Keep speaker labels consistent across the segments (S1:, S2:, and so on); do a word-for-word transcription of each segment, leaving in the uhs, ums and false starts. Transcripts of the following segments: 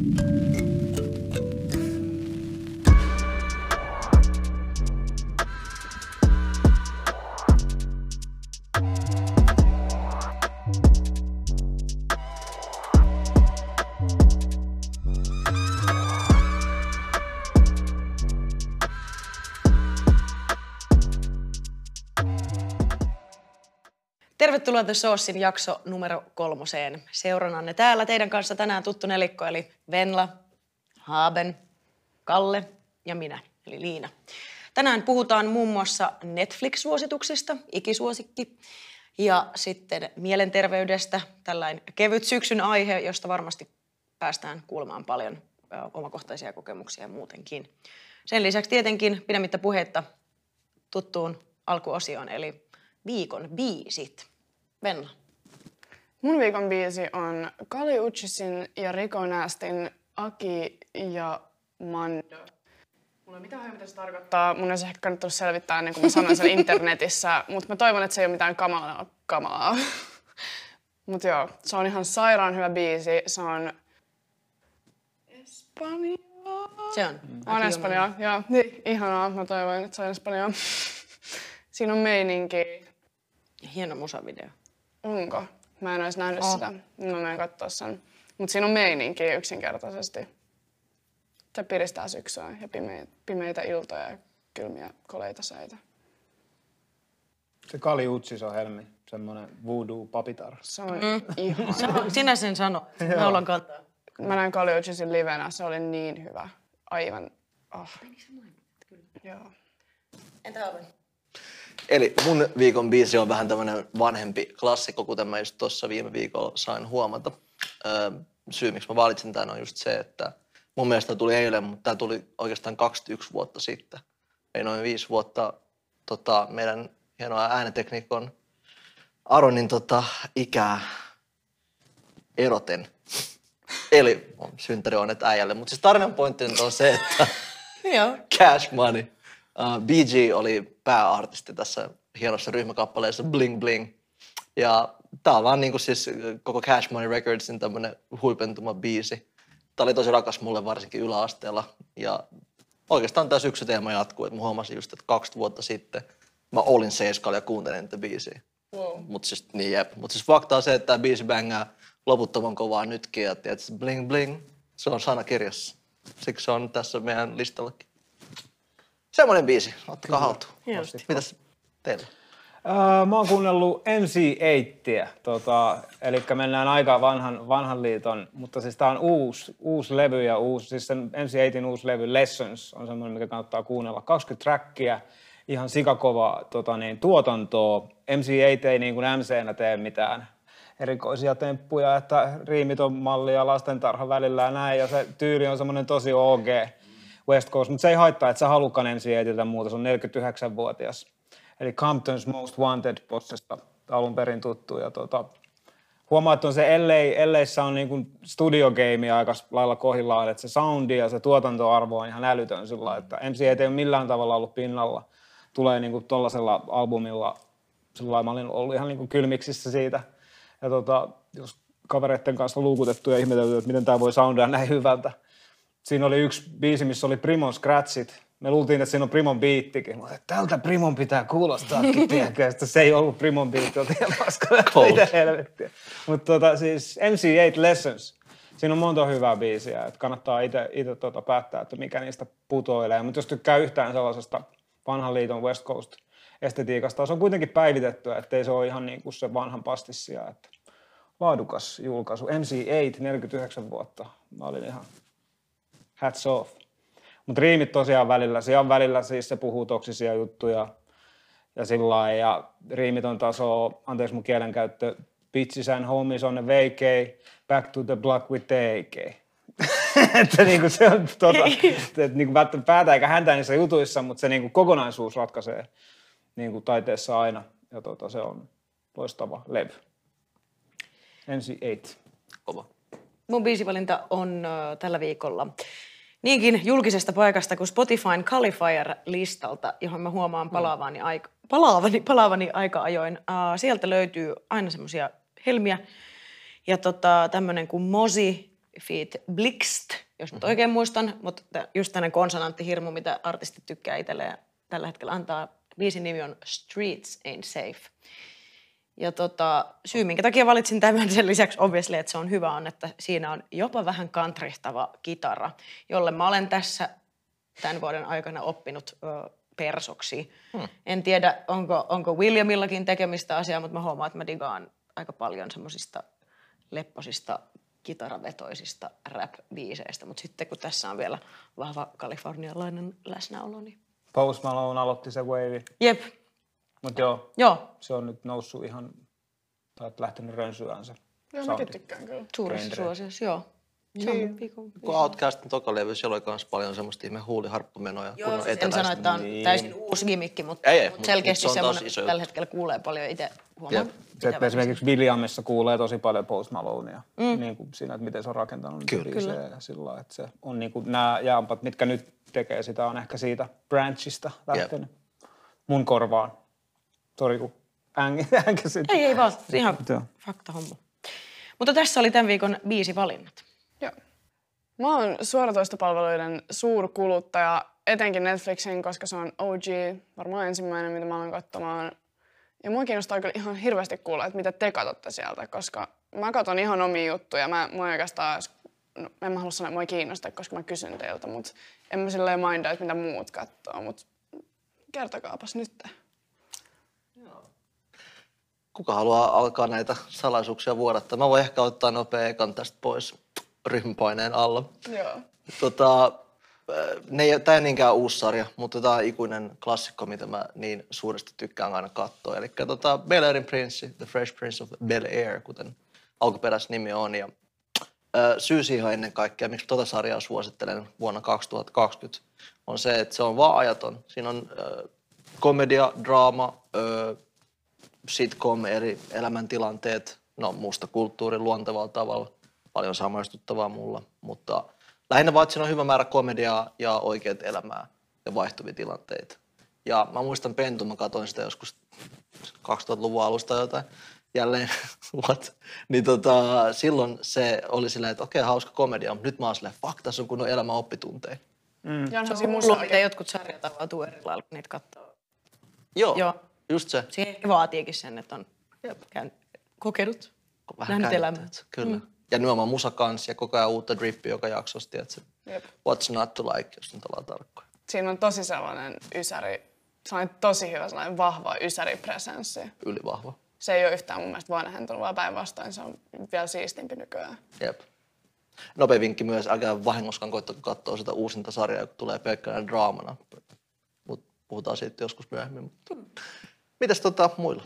S1: Tervetuloa The Saucein jakso numero kolmoseen. Seurannanne täällä teidän kanssa tänään tuttu nelikko, eli Venla, Haben, Kalle ja minä, eli Liina. Tänään puhutaan muun muassa Netflix-suosituksista, ikisuosikki, ja sitten mielenterveydestä, tällainen kevyt syksyn aihe, josta varmasti päästään kuulemaan paljon omakohtaisia kokemuksia muutenkin. Sen lisäksi tietenkin pidemmittä puhetta tuttuun alkuosioon, eli viikon biisit. Venla.
S2: Mun viikon biisi on Kali Uchisin ja Rico Nastin Aki ja Mando. Mulla ei mitään hajua, mitä se tarkoittaa. Mun olisi ehkä kannattanut selvittää ennen kuin mä sanoin sen internetissä, mutta mä toivon, että se ei ole mitään kamalaa. kamalaa. Mut joo, se on ihan sairaan hyvä biisi. Se on Espanjaa.
S1: Se on.
S2: On Espanjaa, joo. Niin, ihanaa. Mä toivon, että se on Espanjaa. Siinä on meininki.
S1: Ja hieno musavideo.
S2: Onko? Mä en ois nähnyt oh. sitä. Mä menen kattoo sen. Mut siinä on meininki yksinkertaisesti. Se piristää syksyä ja pimeitä, pimeitä iltoja ja kylmiä koleita säitä.
S3: Se Kali Uchis on helmi. Semmonen voodoo-papitar.
S2: Se on mm. ihana.
S1: Sinä sen sano. Mä ollaan kantaa.
S2: Mä näin Kali Uchisin livenä. Se oli niin hyvä. Aivan. Oh.
S1: Menikö se noin? Kyllä.
S2: Joo.
S1: Entä Haben?
S4: Eli mun viikon biisi on vähän tämmönen vanhempi klassikko, kuten mä just tuossa viime viikolla sain huomata. Öö, syy, miksi mä valitsin tämän, on just se, että mun mielestä tuli eilen, mutta tää tuli oikeastaan kaksikymmentäyksi vuotta sitten. Eli noin viisi vuotta tota, meidän hienoa äänitekniikon Aronin tota, ikää eroten. Eli synttärionnit äijälle. Mutta siis tarinan pointti on se, että Cash Money. Uh, B G oli pääartisti tässä hienossa ryhmäkappaleessa Bling Bling. Ja tää on vaan niinku siis koko Cash Money Recordsin tämmönen huipentuma biisi. Tää oli tosi rakas mulle varsinkin yläasteella. Ja oikeastaan tää syksyteema jatkuu, että mä huomasin just, että kaksikymmentä vuotta sitten mä olin seiskalla ja kuuntelin tätä biisiä. Wow. Mut siis, niin jep. Mut siis fakta on se, että tää biisi bängää loputtoman kovaa nytkin. Ja tietysti Bling Bling, se on sanakirjassa. Siksi se on tässä meidän listallakin. Semmoinen biisi. Ottakaa haltuun. Mitäs teillä?
S3: Öö, mä oon kuunnellut M C kahdeksan, tota, eli mennään aika vanhan, vanhan liiton, mutta siis tää on uusi, uusi levy ja uusi, siis sen M C kahdeksan uusi levy Lessons on semmoinen, mikä kannattaa kuunnella. kaksikymmentä trackia, ihan sikakova tota, niin, tuotantoa. M C kahdeksan ei niin kuin M C:nä tee mitään erikoisia temppuja, että riimit on mallia lastentarha välillä ja näin, ja se tyyli on semmoinen tosi O G. West Coast, mutta se ei haittaa, että sä halukkaan M C kahdeksan muuta, se on neljäkymmentäyhdeksänvuotias. Eli Compton's Most Wanted-bossista alun perin tuttu. Ja tota, huomaa, että on se L A, L A:ssä on niinku studio-game aika lailla kohdillaan, että se soundi ja se tuotantoarvo on ihan älytön sillä, että M C kahdeksan ei ole millään tavalla ollut pinnalla. Tulee niinku tollasella albumilla, sillä mä olin ollut ihan niinku kylmiksissä siitä. Ja tota, jos kavereiden kanssa luukutettu ja ihmetelty, että miten tää voi soundaa näin hyvältä. Siinä oli yksi biisi, missä oli Primon scratchit. Me luultiin, että siinä on Primon biittikin. Mutta tältä Primon pitää kuulostaakin, tiedäkö? Sitten se ei ollut Primon biitti, oltiin ihan paskana, mitä helvettiä. Mutta tota, siis M C kahdeksan Lessons. Siinä on monta hyvää biisiä, että kannattaa itse tota päättää, että mikä niistä putoilee. Mutta jos tykkää yhtään sellaisesta vanhan liiton West Coast estetiikasta, se on kuitenkin päivitettyä, ettei se ole ihan niin kuin se vanhan pastissia. Että laadukas julkaisu. M C kahdeksan, neljäkymmentäyhdeksän vuotta. Mä olin ihan hats off. Mutta riimit tosiaan välillä, siellä välillä siis se puhuu toksisia juttuja ja sillä lailla. Ja riimit on taso, anteeksi mun kielenkäyttö, bitches and homies on the vacay, back to the block with the A K. Että niinku se on tota, että niinku välttämättä päätä eikä häntä niissä jutuissa, mutta se niinku kokonaisuus ratkaisee niinku taiteessa aina. Ja tota, se on loistava levy. M C kahdeksan.
S4: Kova.
S1: Mun biisivalinta on äh, tällä viikolla niinkin julkisesta paikasta kuin Spotifyn Qualifier-listalta, johon mä huomaan palaavani aika, palaavani, palaavani aika ajoin. Äh, sieltä löytyy aina semmoisia helmiä. Ja tota, tämmönen kuin Mozi feat. Blixt, jos nyt oikein muistan, mutta just tämmöinen konsonanttihirmu, mitä artistit tykkää itselleen tällä hetkellä antaa. Biisin nimi on Streets Ain't Safe. Ja tota, syy, minkä takia valitsin tämän sen lisäksi obviously, että se on hyvä, on, että siinä on jopa vähän kantrihtava kitara, jolle mä olen tässä tämän vuoden aikana oppinut ö, persoksi. Hmm. En tiedä, onko, onko Williamillakin tekemistä asiaa, mutta mä huomaan, että mä digaan aika paljon semmosista lepposista, kitaravetoisista rap-biiseistä. Mutta sitten kun tässä on vielä vahva kalifornialainen läsnäolo, niin...
S3: Post Malone aloitti se wave.
S1: Jep.
S3: Mut joo,
S1: joo,
S3: se on nyt noussut ihan, tai oot lähtenyt rönsyään se
S2: Joo,
S3: soundi.
S2: mäkin tykkään kyllä.
S1: suurissa suosiossa, joo.
S2: Niin.
S4: Kun Outkastin toka levy, siellä oli myös paljon semmoista ihme huuliharppumenoja.
S1: Joo, siis en sano, että on
S3: Niin.
S1: täysin uusi gimmikki, mutta,
S4: Ei, ei,
S1: mutta
S4: mut-
S1: selkeästi
S4: mut se on taas
S1: semmoinen,
S4: iso
S1: tällä
S4: juttu.
S1: hetkellä kuulee paljon itse huomaan.
S4: Jep.
S3: Se, että esimerkiksi Williamissa kuulee tosi paljon Post Malonea, mm. niin kuin siinä, että miten se on rakentanut niitä
S4: Kyllä.
S3: biisejä ja sillä lailla, että se on niin kuin nämä jampat, mitkä nyt tekee sitä, on ehkä siitä branchista lähtenyt mun korvaan. Sori, kun änkäsin.
S1: Ei, ei vaan, ihan
S3: Joo.
S1: fakta homma. Mutta tässä oli tämän viikon biisivalinnat.
S2: Joo. Mä oon suoratoistopalveluiden suurkuluttaja, etenkin Netflixin, koska se on O G, varmaan ensimmäinen, mitä mä aloin katsomaan. Ja mua kiinnostaa kyllä ihan hirveästi kuulla, että mitä te katsotte sieltä, koska mä katson ihan omia juttuja. Mä, mä oikeastaan, no, en mä halua sanoa, että mua ei kiinnosta, koska mä kysyn teiltä, mutta en mä silleen mindaa, että mitä muut katsoo, mutta kertokaapas nyt.
S4: Kuka haluaa alkaa näitä salaisuuksia vuodattaa? Mä voin ehkä ottaa nopea ekan tästä pois ryhmäpaineen alla.
S2: Joo.
S4: Tota, ne ei, tää ei niinkään uusi sarja, mutta tää on ikuinen klassikko, mitä mä niin suuresti tykkään aina katsoa. Eli tota, Bel-Airin prinssi, The Fresh Prince of Bel-Air, kuten alkuperäisnimi on. Ja, ö, syy siihen ennen kaikkea, miksi tota sarjaa suosittelen vuonna kaksituhattakaksikymmentä, on se, että se on vaan ajaton. Siinä on ö, komedia, draama, ö, sitcom, eri elämäntilanteet, no musta kulttuuri luontevalla tavalla, paljon samaistuttavaa mulla, mutta lähinnä vaan, että siinä on hyvä määrä komediaa ja oikeat elämää ja vaihtuvia tilanteita. Ja mä muistan Pentu, mä katsoin sitä joskus kaksituhattaluvun alusta jotain, jälleen, what? Niin tota, silloin se oli silleen, että okei, hauska komedia, mutta nyt mä oon silleen, fuck, tässä on kunnon elämän oppitunteja.
S2: Mm. Ja
S1: Se
S2: on
S1: on hullu, miten jotkut sarjat avautuu eri lailla, kun niitä katsoo.
S4: Joo,
S1: Joo.
S4: just se.
S1: Siihen ehkä vaatiikin sen, että on käyn, kokenut, nähnyt elämää.
S4: Kyllä. Mm. Ja nimenomaan musa kans ja koko ajan uutta drippiä joka jaksossa, tiedätkö?
S2: Jep.
S4: What's not to like, jos nyt ollaan tarkkoja.
S2: Siinä on tosi sellainen ysäri, sellainen tosi hyvä, sellainen vahva ysäripresenssi.
S4: Ylivahva.
S2: Se ei ole yhtään mun mielestä vanhentunut, vaan päinvastoin se on vielä siistimpi nykyään.
S4: Jep. Nopea vinkki myös, älkää vahingoskaan koittako katsoa sitä uusinta sarjaa, kun tulee pelkkänä draamana. Mut puhutaan siitä joskus myöhemmin. Mitäs tota muilla?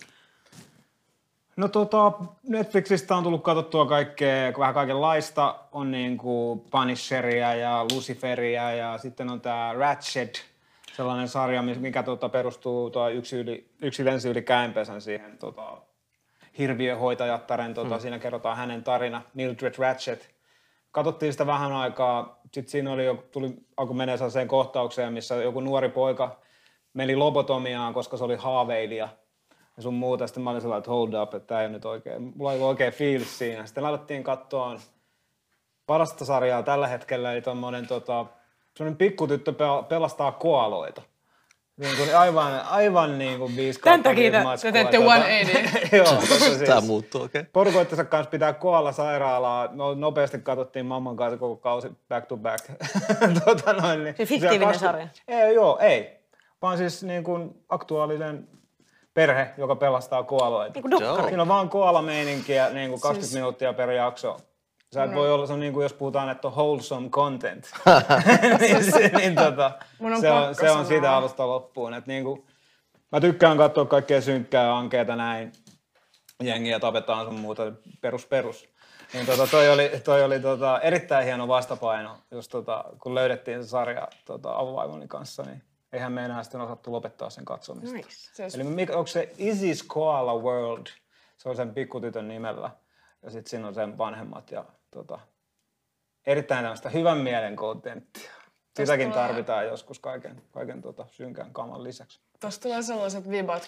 S3: No tota, Netflixistä on tullut katsottua kaikkea, vähän kaikenlaista. On niinku Punisheria ja Luciferia ja sitten on tää Ratched, sellainen sarja, mikä tota perustuu tuo yksi, yli, yksi lensi yli käenpesän siihen tota, hirviöhoitajattaren. Tota, mm. Siinä kerrotaan hänen tarina, Mildred Ratched. Katsottiin sitä vähän aikaa, sitten siinä oli jo, tuli, alkoi menee sellaiseen kohtaukseen, missä joku nuori poika meni lobotomiaan, koska se oli haaveilija. Ja sun muuta. Sitten mä olin sellainen, että hold up, että tää ei ole nyt oikein. Mulla oli oikein fiilis siinä. Sitten laitettiin katsoa parasta sarjaa tällä hetkellä, eli tommonen tota, semmonen pikkutyttö pelastaa koaloita. Niin kuin aivan, aivan niin kuin viisi kautta viisi matskua.
S2: Te teette one eighty.
S3: Joo, tota siis.
S4: Tää muuttuu, okei. Okay.
S3: Porukoittensa kanssa pitää koala sairaalaa. No, nopeasti katsottiin mamman kanssa koko kausi back to back. tota noin, niin.
S1: Se fiktiivinen
S3: kaksikymmentä
S1: sarja?
S3: Ei, joo, ei. Vaan siis niin kuin aktuaalinen perhe, joka pelastaa koaloita.
S1: Niin kuin dokkari.
S3: Siinä on vaan koalameininkiä niin kuin kaksikymmentä
S2: Siis-
S3: minuuttia per jakso. Sä et voi olla, se on niin kuin jos puhutaan, että on wholesome content. niin se, niin tota,
S2: Mun on
S3: se on,
S2: pakko
S3: se on
S2: sanoa.
S3: siitä alusta loppuun. Et niin kuin, mä tykkään katsoa kaikkea synkkää ja ankeeta näin. Jengiä tapetaan sun muuta, perus perus. Niin tota, toi oli, toi oli tota, erittäin hieno vastapaino, just tota, kun löydettiin se sarja tota, avovaimoni kanssa, niin eihän me enää sitten osattu lopettaa sen katsomista.
S1: Nice.
S2: Siis-
S3: Eli mikä, onko se Isis Koala World, se on sen pikkutytön nimellä, ja sitten siinä on sen vanhemmat ja tota, erittäin tämmöistä hyvän mielen kontenttia. Sitäkin
S2: tulee-
S3: tarvitaan joskus kaiken, kaiken tota, synkän kaman lisäksi.
S2: Tuosta tulee sellaiset vibat, kun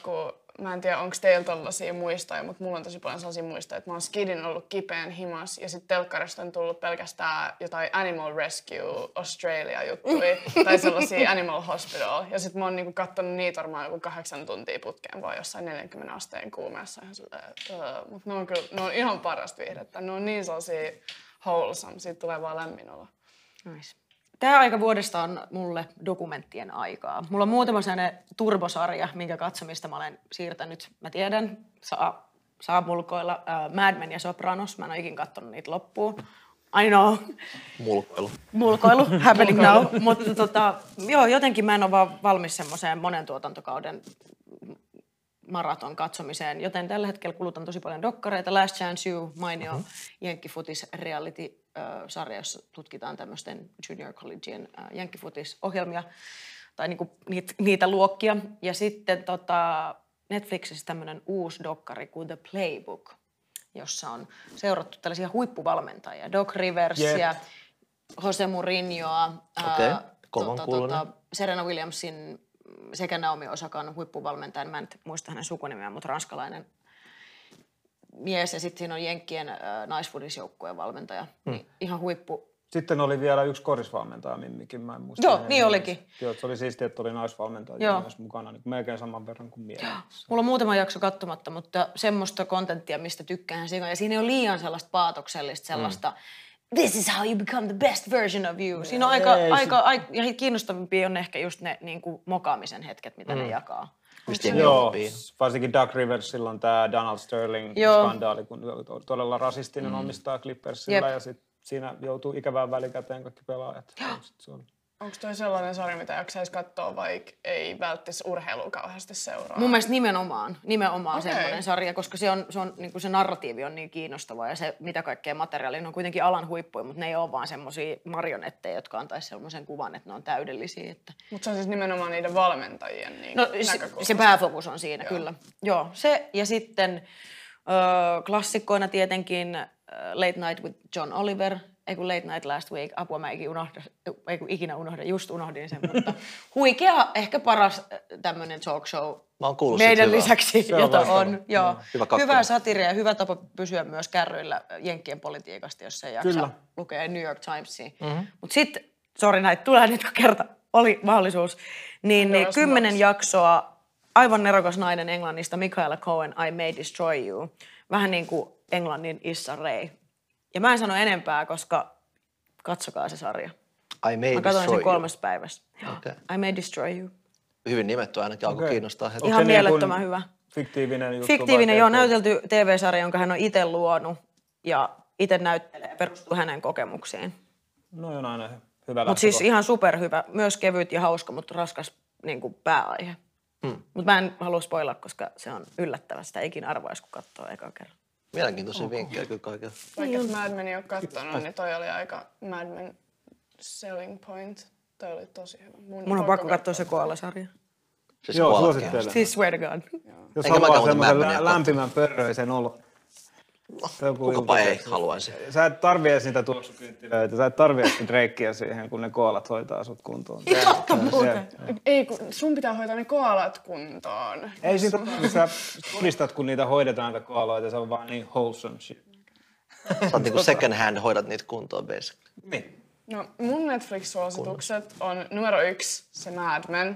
S2: mä en tiedä, onko teillä tollaisia muistoja, mutta mulla on tosi paljon sellaisia muistoja, että mä oon skidin ollut kipeän himas ja sitten telkkarista on tullut pelkästään jotain Animal Rescue Australia-juttuja tai sellaisia Animal Hospital. Ja sitten mä oon niinku kattonut niitä varmaan joku kahdeksan tuntia putkeen vaan jossain neljänkymmenen asteen kuumeessa. Mutta ne on kyllä, ne on ihan parasta viihdettä. Ne on niin sellaisia wholesome, siitä tulee vaan lämmin olo.
S1: Nice. Tämä aika vuodesta on mulle dokumenttien aikaa. Mulla on muutama sellainen turbosarja, minkä katsomista mä olen siirtänyt. Mä tiedän, saa, saa mulkoilla uh, Mad Men ja Sopranos. Mä en ole ikin katsonut niitä loppuun. I know.
S4: Mulkoilu.
S1: Mulkoilu, happening now. Mutta tota, joo, jotenkin mä en ole vaan valmis semmoiseen monen tuotantokauden maraton katsomiseen, joten tällä hetkellä kulutan tosi paljon dokkareita. Last Chance You, mainio uh-huh. jenkkifutis reality-sarja, jossa tutkitaan tämmöisten junior collegeien äh, jenkkifutis-ohjelmia tai niinku niitä, niitä luokkia. Ja sitten tota, Netflixissä tämmöinen uusi dokkari kuin The Playbook, jossa on seurattu tällaisia huippuvalmentajia. Doc Riversia, yep. Jose Mourinhoa,
S4: okay.
S1: äh,
S4: Kovan
S1: tota, tota, Serena Williamsin sekä Naomi Osakan huippuvalmentajan, mä en muista hänen sukunimeään, mutta ranskalainen mies. Ja sitten siinä on Jenkkien äh, naisfudisjoukkueen valmentaja. Hmm. Niin, ihan huippu.
S3: Sitten oli vielä yksi korisvalmentaja Mimmikin, mä en muista.
S1: Joo, niin olikin.
S3: Joo, se oli siistiä, että oli naisvalmentaja myös mukana, niin melkein saman verran kuin miehet.
S1: Mulla on muutama jakso katsomatta, mutta semmoista kontenttia, mistä tykkään siinä. Ja siinä ei ole liian sellaista paatoksellista, sellaista hmm. This is how you become the best version of you. Siinä on aika, ei, aika, aika ja kiinnostavimpia on ehkä just ne niin kuin mokaamisen hetket, mitä mm. ne jakaa.
S3: Joo, varsinkin Doug Riversilla on tämä Donald Sterling-skandaali, kun todella rasistinen mm. omistaa Clippersilla ja sit siinä joutuu ikävään välikäteen kaikki pelaajat. Se on...
S2: Onko toi sellainen sarja, mitä jaksaisi katsoa, vaikka ei välttis urheilua kauheasti seuraa?
S1: Mun mielestä nimenomaan, nimenomaan okay. sellainen sarja, koska se, on, se, on, niin kuin se narratiivi on niin kiinnostava ja se mitä kaikkea materiaalia, ne on kuitenkin alan huippuja, mutta ne ei ole vaan semmoisia marionetteja, jotka antaisi sellaisen kuvan, että ne on täydellisiä. Että...
S2: Mutta se on siis nimenomaan niiden valmentajien niin
S1: no, näkökulmasta. Se pääfokus on siinä, Joo. kyllä. Joo, se ja sitten äh, klassikkoina tietenkin äh, Late Night with John Oliver, ei kun Late Night Last Week, apua mä ikinä unohda, ei kun ikinä unohda, just unohdin sen, mutta huikea, ehkä paras tämmöinen talk show meidän
S4: hyvä.
S1: lisäksi, jota on. Joo.
S4: Hyvä,
S1: hyvä satiria ja hyvä tapa pysyä myös kärryillä jenkkien politiikasta, jos ei jaksa Kyllä. lukea New York Timesia. Mm-hmm. Mutta sitten, sori näitä tulee nyt kerta, oli mahdollisuus, niin, niin kymmenen jaksoa, aivan nerokas nainen Englannista, Michaela Cohen, I May Destroy You. Vähän niin kuin Englannin Issa Rae. Ja mä en sano enempää, koska katsokaa se sarja.
S4: I May
S1: Mä katsoin sen kolmessa
S4: you.
S1: päivässä. Okay. I May Destroy You.
S4: Hyvin nimetty ainakin, alkoi okay. kiinnostaa heti.
S1: Ihan mielettömän niin hyvä.
S3: Fiktiivinen juttu?
S1: Fiktiivinen, joo. Näytelty T V-sarja, jonka hän on itse luonut ja itse näyttelee, perustuu hänen kokemuksiin.
S3: No on aina hyvä.
S1: Mutta siis ihan superhyvä. Myös kevyt ja hauska, mutta raskas niin kuin pääaihe. Hmm. Mutta mä en halua spoilaa, koska se on yllättävää. Sitä ikinä arvaisi, kun katsoo eka kerran.
S4: Mielenkiintoisia okay. vinkkejä kyllä kaikilla.
S2: Vaikka niin Mad Menia ole kattonut, niin toi oli aika Mad Men selling point. Toi oli tosi hyvä. Mun,
S1: Mun on pakko katsoa se koalasarja.
S4: Siis
S3: Joo, suosittelen.
S1: Siis swear to God.
S3: Jos Eikä haluaa semmoisen lä- lämpimän pörröisen olo.
S4: Kukapa ei haluaisi.
S3: Sä et tarvii edes niitä tuoksukynttilöitä. Sä et tarvii edes reikkiä siihen, kun ne koalat hoitaa sut kuntoon.
S1: Totta muuten.
S2: Ei, kun sun pitää hoitaa ne koalat kuntoon.
S3: Ei siitä tarvitse. Sä tunnistat, kun niitä hoidetaan niitä koaloita. Se on vaan niin wholesome shit.
S4: Sä oot niinku second hand hoidat niitä kuntoon basically.
S3: Niin.
S2: No mun Netflix-suositukset on numero yksi, se Mad Men.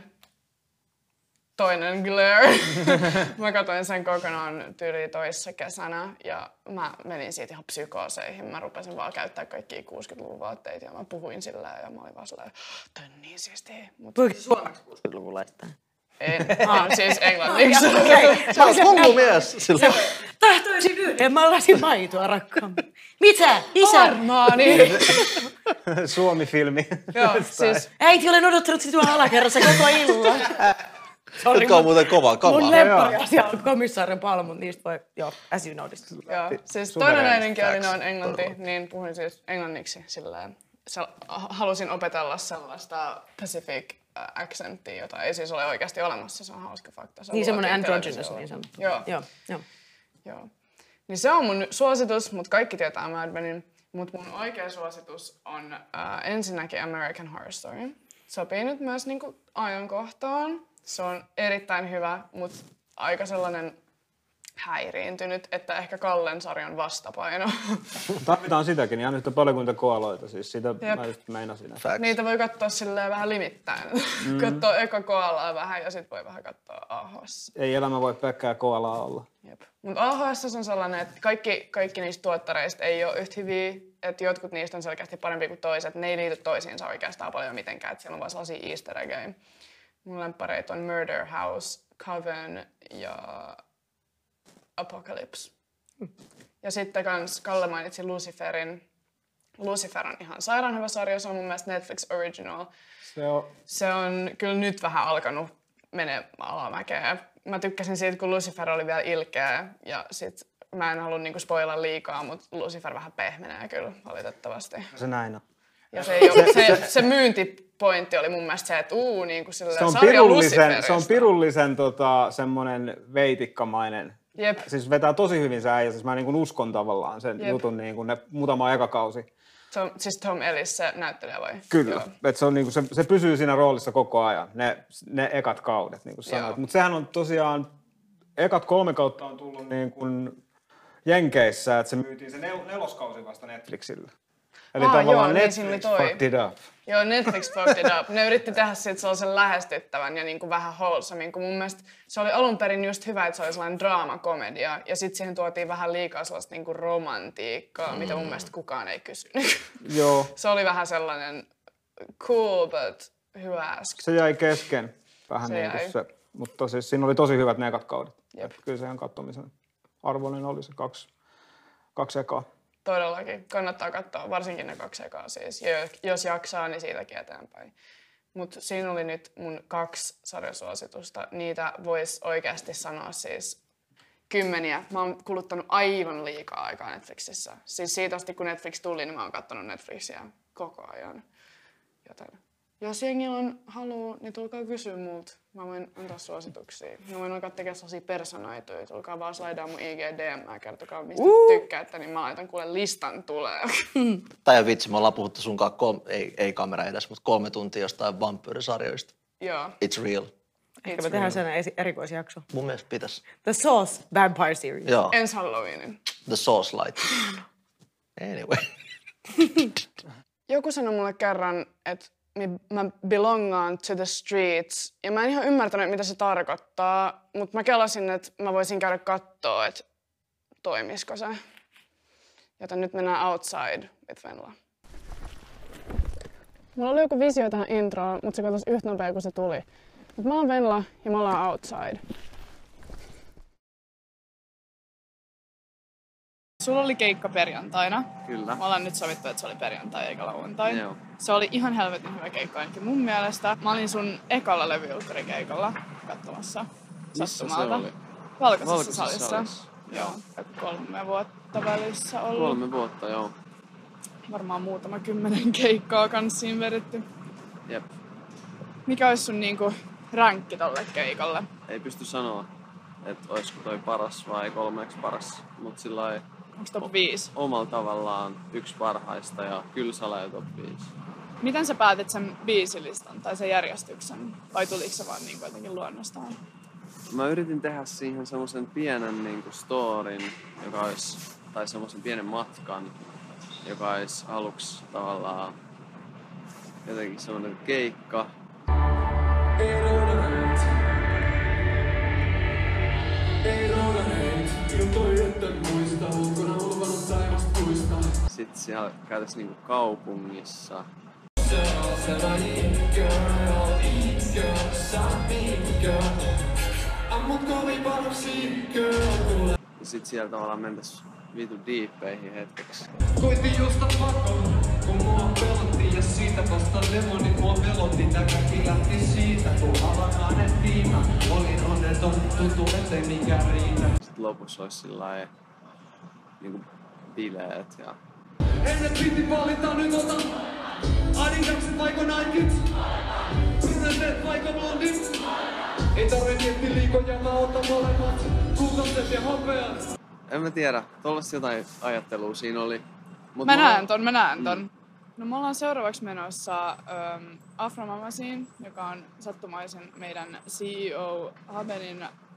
S2: Toinen Glare. Mä katsoin sen kokonaan tyyliin toissa kesänä ja mä menin siitä ihan psykooseihin. Mä rupesin vaan käyttää kaikkia kuusikymmentäluvun vaatteita ja mä puhuin sillä ja mä olin vaan silleen, toi on niin siistiä. Mut...
S1: Voiko suomeksi kuusikymmentäluvun laittaa?
S2: En, ah, siis englanniksi.
S4: Sä oot kunkumies.
S1: Tahtoisin yhden mallasin maitoa, rakkaammin. Mitä? Isä?
S2: Armaani.
S3: Suomi-filmi.
S2: Joo, siis...
S1: Äiti, olen odottanut sinua alakerrassa koko illan.
S4: Sorry, Jotka on muuten kova, kova.
S1: Mun lemppariasia on komissaaren palmut, niistä voi, joo, as you noticed.
S2: Joo, siis toinen äidinkielinen on englanti, niin puhuin siis englanniksi silleen. Halusin opetella sellaista Pacific accenttia, jota ei siis ole oikeasti olemassa, se on hauska fakta. Se
S1: niin semmoinen androgynous niin sanottu.
S2: Joo.
S1: Joo, joo.
S2: Joo. Niin se on mun suositus, mutta kaikki tietää Mad Menin. Mutta mun oikea suositus on äh, ensinnäkin American Horror Story. Sopii nyt myös niinku ajankohtaan. Se on erittäin hyvä, mutta aika sellainen häiriintynyt, että ehkä Kallen sarjan vastapaino.
S3: Tarvitaan sitäkin ihan yhtä paljon kuin niitä koaloita, siis sitä Jep. mä just meinasin.
S2: Niitä voi katsoa silleen vähän limittäin. Mm. Katsoa eka koalaa vähän ja sit voi vähän katsoa A H S.
S3: Ei elämä voi pelkkää koalaa olla.
S2: Jep. Mut A H S on sellainen, että kaikki, kaikki niistä tuottareista ei ole yhtä hyviä, että jotkut niistä on selkeästi parempia kuin toiset. Ne ei liity toisiinsa oikeastaan paljon mitenkään, että siellä on vaan sellaisia easter eggejä. Mun lemppareita on Murder House, Coven ja Apocalypse. Hmm. Ja sitten kans Kalle mainitsi Luciferin. Lucifer on ihan sairaan hyvä sarja, se on mun mielestä Netflix Original.
S3: Se on,
S2: se on kyllä nyt vähän alkanut menee alamäkeä. Mä tykkäsin siitä, kun Lucifer oli vielä ilkeä ja sit mä en halua niinku spoilaa liikaa, mutta Lucifer vähän pehmenee kyllä valitettavasti.
S3: Se näin on.
S2: Ja se, ei ole, se, se myyntipointti oli mun mielestä se, että uu, niinku silleen
S3: se on
S2: sarja
S3: pirullisen, se on pirullisen tota, semmonen veitikkamainen.
S2: Jep.
S3: Siis vetää tosi hyvin se äijä, siis mä niin kuin uskon tavallaan sen
S2: Jep.
S3: jutun niin kuin ne muutama eka kausi.
S2: Tom, siis Tom Ellis, se näyttelijä vai?
S3: Kyllä, että se, on niin kuin, se, se pysyy siinä roolissa koko ajan, ne, ne ekat kaudet niin kuin sanoit. Mutta sehän on tosiaan, ekat kolme kautta on tullut niin kuin Jenkeissä, että se myytiin se nel, neloskausi vasta Netflixille. Eli
S2: Aa,
S3: tavallaan
S2: joo,
S3: Netflix
S2: niin toi.
S3: fucked it up.
S2: Joo, Netflix fucked it up. Ne yritti tehdä siitä sellaisen lähestyttävän ja niin kuin vähän wholesome. Kun mun mielestä se oli alun perin just hyvä, että se oli sellainen draamakomedia. Ja sitten siihen tuotiin vähän liikaa sellaista niin kuin romantiikkaa, mm. mitä mun mielestä kukaan ei kysynyt.
S3: Joo.
S2: Se oli vähän sellainen cool, but who asked.
S3: Se jäi kesken vähän
S2: se
S3: niin kuin
S2: jäi.
S3: se. Mutta siis siinä oli tosi hyvät ne ekat kaudet. Kyllä se ihan katsomisen arvoinen oli se kaksi, kaksi ekaa.
S2: Todellakin. Kannattaa katsoa, varsinkin ne kaksi ekaa siis. Ja jos jaksaa, niin siitäkin eteenpäin. Mutta siinä oli nyt mun kaksi sarjasuositusta. Niitä voisi oikeasti sanoa siis kymmeniä. Mä oon kuluttanut aivan liikaa aikaa Netflixissä. Siis siitä asti, kun Netflix tuli, niin mä oon katsonut Netflixiä koko ajan. Joten jos jengillä on halua, niin tulkaa kysyä multa. Mä voin antaa suosituksia. Mä voin alkaa tekemään sellaisia personoituja. Tulkaa vaan slaidaa mun I G D M ja kertokaa, mistä uh. tykkäätte, niin mä laitan kuule listan tulee.
S4: Tai vitsi, me ollaan puhuttu sunkaan, kolme, ei, ei kamera edes, mutta kolme tuntia jostain vampyyrisarjoista.
S2: Joo.
S4: It's real.
S1: Ehkä me tehdään sen erikoisjakso.
S4: Mun mielestä pitäisi.
S1: The Sauce Vampire Series.
S4: Joo.
S2: Ensi Halloweenin.
S4: The Sauce Light. Anyway.
S2: Joku sanoi mulle kerran, että mä belongaan to the streets. Ja mä en ihan ymmärtänyt, mitä se tarkoittaa, mutta mä kelasin, että mä voisin käydä kattoo, että toimisiko se. Joten nyt mennään outside with Venla. Mulla oli joku visio tähän introon, mutta se katosi yhtä nopea kuin se tuli. Mut mä oon Venla ja me ollaan outside. Sulla oli keikka perjantaina.
S5: Kyllä.
S2: Me ollaan nyt sovittu, että se oli perjantai eikä lauantai.
S5: Joo.
S2: Se oli ihan helvetin hyvä keikka ainakin mun mielestä. Mä olin sun ekalla levyjulkkarikeikalla katsomassa sattumalta.
S5: Missä se oli?
S2: Valkoisessa,
S5: Valkoisessa
S2: salissa.
S5: salissa.
S2: Joo. Kolme vuotta välissä ollut.
S5: Kolme vuotta, joo.
S2: Varmaan muutama kymmenen keikkaa kans siinä vedetty.
S5: Jep.
S2: Mikä olisi sun niinku ränkki tolle keikalle?
S5: Ei pysty sanoa, että olisiko toi paras vai kolmeksi paras. Mut sillai
S2: Onks top viisi?
S5: omalla tavallaan yksi parhaista ja kyllä salaa top viisi.
S2: Miten sä päätit sen biisilistan tai sen järjestyksen? Vai tuliko se vaan niinku jotenkin luonnostaan?
S5: Mä yritin tehdä siihen semmosen pienen niinku storin, joka olisi, tai semmosen pienen matkan, joka olisi aluksi tavallaan jotenkin semmonen keikka.
S6: Ei roudaneet, ei roudaneet, iltoi etten muista, ulkona ulvanut taivasta puista.
S5: Sitten siellä käytäis niinku kaupungissa.
S6: Se on selvä inkö, inkö, sä inkö, ammut kovin panoksikö.
S5: Ja sit siellä tavallaan mentäis vitu diippeihin hetkeksi.
S6: Koitin juosta pakoon, kun mua pelotti ja siitä vasta demonit mua pelotti. Tää kaikki lähti siitä, kun alakaanettiin mä olin onneton, tuntuu ettei mikään riitä.
S5: Sitten lopussa ois sillai niinku bileet ja
S6: Ennen piti valita, nyt otan Adidakset vaiko Nikit, brunetteet vaiko blondit. Ei tarvi miettiä liikoja, mä otan molemmat, kultaiset ja hopeat.
S5: en mä tiedä, tollaista jotain ajattelua siinä oli. Mut
S2: Mä
S5: mulla-
S2: näen ton, mä näen ton.
S5: Mm.
S2: No me ollaan seuraavaksi menossa ähm, Afro Mamasiin, joka on sattumaisen meidän C E O Habenin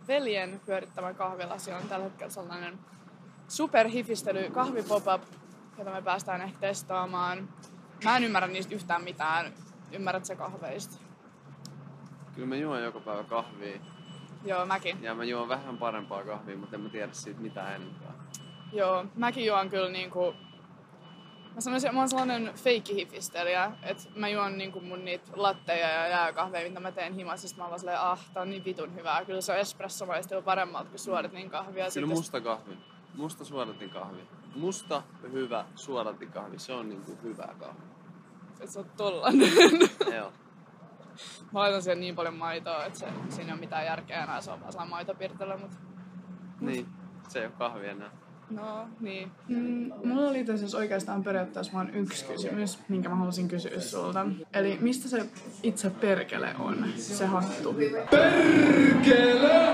S2: veljen pyörittämä kahvilasi on tällä hetkellä sellainen superhifistely kahvi pop-up, jota me päästään ehkä testaamaan. Mä en ymmärrä niistä yhtään mitään. Ymmärrät sä kahveista?
S5: Kyllä mä juon joka päivä kahvia.
S2: Joo, mäkin.
S5: Ja mä juon vähän parempaa kahvia, mutta en mä tiedä siitä mitään enempää.
S2: Joo, mäkin juon kyllä niinku... Mä sanoisin, että mä oon sellainen feikkihifistelijä, että mä juon niinku mun niitä latteja ja jääkahveja, mitä mä teen himasista. Mä oon vaan silleen, ah, tää on niin vitun hyvää. Kyllä se on espresso maistuu paremmalta kuin suodatin kahvia.
S5: Kyllä musta kahvi. Musta suodatin kahvi. Musta hyvä suodatin kahvi. Se on niinku hyvää kahvi.
S2: Et sä oot tollanen.
S5: Joo.
S2: Mä laitan siihen niin paljon maitoa, että se, siinä ei ole mitään järkeä enää. Se on vaan sellainen maitopirtele, mut...
S5: Niin, se ei oo kahvi enää.
S2: No, niin. Mm, mulla oli tässä oikeastaan periaatteessa vaan yksi kysymys, minkä mä halusin kysyä sulta. Eli mistä se itse perkele on, se hattu?
S6: Perkele!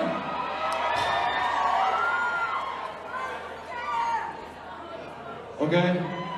S6: Okei. Okay.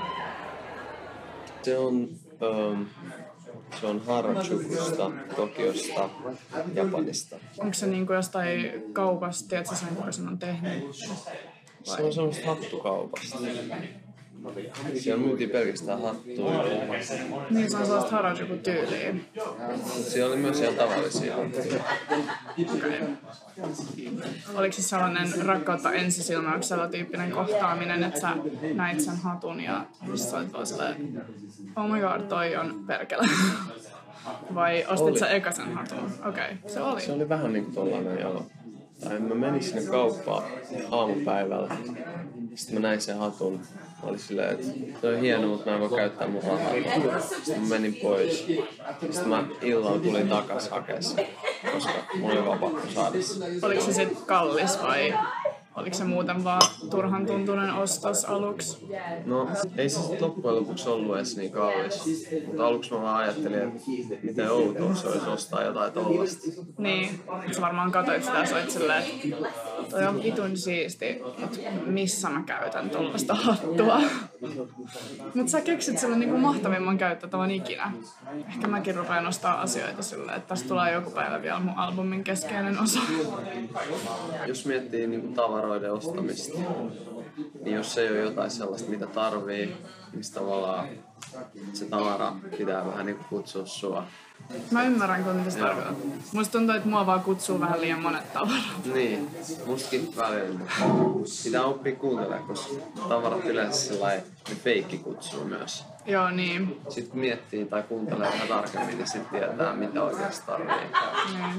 S5: Se on, um, se on Harajukusta, Tokiosta, Japanista.
S2: Onko se niinku jostain kaupasta, tiedätkö sen, kuka sen on tehnyt?
S5: Se on semmoista hattukaupasta. Siellä myytiin pelkästään hattuja.
S2: Niin, se on sellaista Harajuku-tyyliä.
S5: Mutta siellä oli myös ihan tavallisia hattuja.
S2: Okay. Oliko se sellainen rakkautta ensisilmäyksellä tyyppinen kohtaaminen, että sä näit sen hatun ja sä olit vaan silleen, oh my god, toi on perkele. Vai ostit oli. Sä eka sen hatun? Okei, okay, se oli.
S5: Se oli vähän niinku tollanen, joo. Tai mä menin sinne kauppaan aamupäivällä. Sitten mä näin sen hatun. Mä olin silleen, että toi on hieno, mutta mä en voi käyttää mun rahaa. Sitten mä menin pois. Sitten mä illalla tulin takas hakea sen, koska mulla oli vaan pakko saada sen.
S2: Oliko se sit kallis vai oliko se muuten vaan turhan tuntunen ostos aluksi?
S5: No, ei se sit loppujen lopuksi ollut edes niin kallis. Mutta aluksi mä vaan ajattelin, että miten outoa se olisi ostaa jotain tollasta.
S2: Niin, sä varmaan katsoit sitä ja soit silleen, että toi on vitun siisti, mutta missä mä käytän tollasta hattua? Mut sä keksit sille niinku mahtavimman käyttötavan ikinä. Ehkä mäkin rupean ostaa asioita silleen, että tästä tulee joku päivä vielä mun albumin keskeinen osa.
S5: Jos miettii niinku tavaroiden ostamista, niin jos ei ole jotain sellaista, mitä tarvii, niin tavallaan se tavara pitää vähän niinku kutsua sua.
S2: Mä ymmärrän, kun mitä se tarkoittaa. Musta tuntuu, että mua vaan kutsuu vähän liian monet tavarat.
S5: Niin, mustakin välillä. Pitää oppia kuuntelemaan, koska tavarat yleensä sellainen, ne feikki kutsuu myös.
S2: Joo, niin.
S5: Sitten kun miettii tai kuuntelee vähän tarkemmin, niin sitten tietää, mitä oikeasti tarvii.
S2: Niin.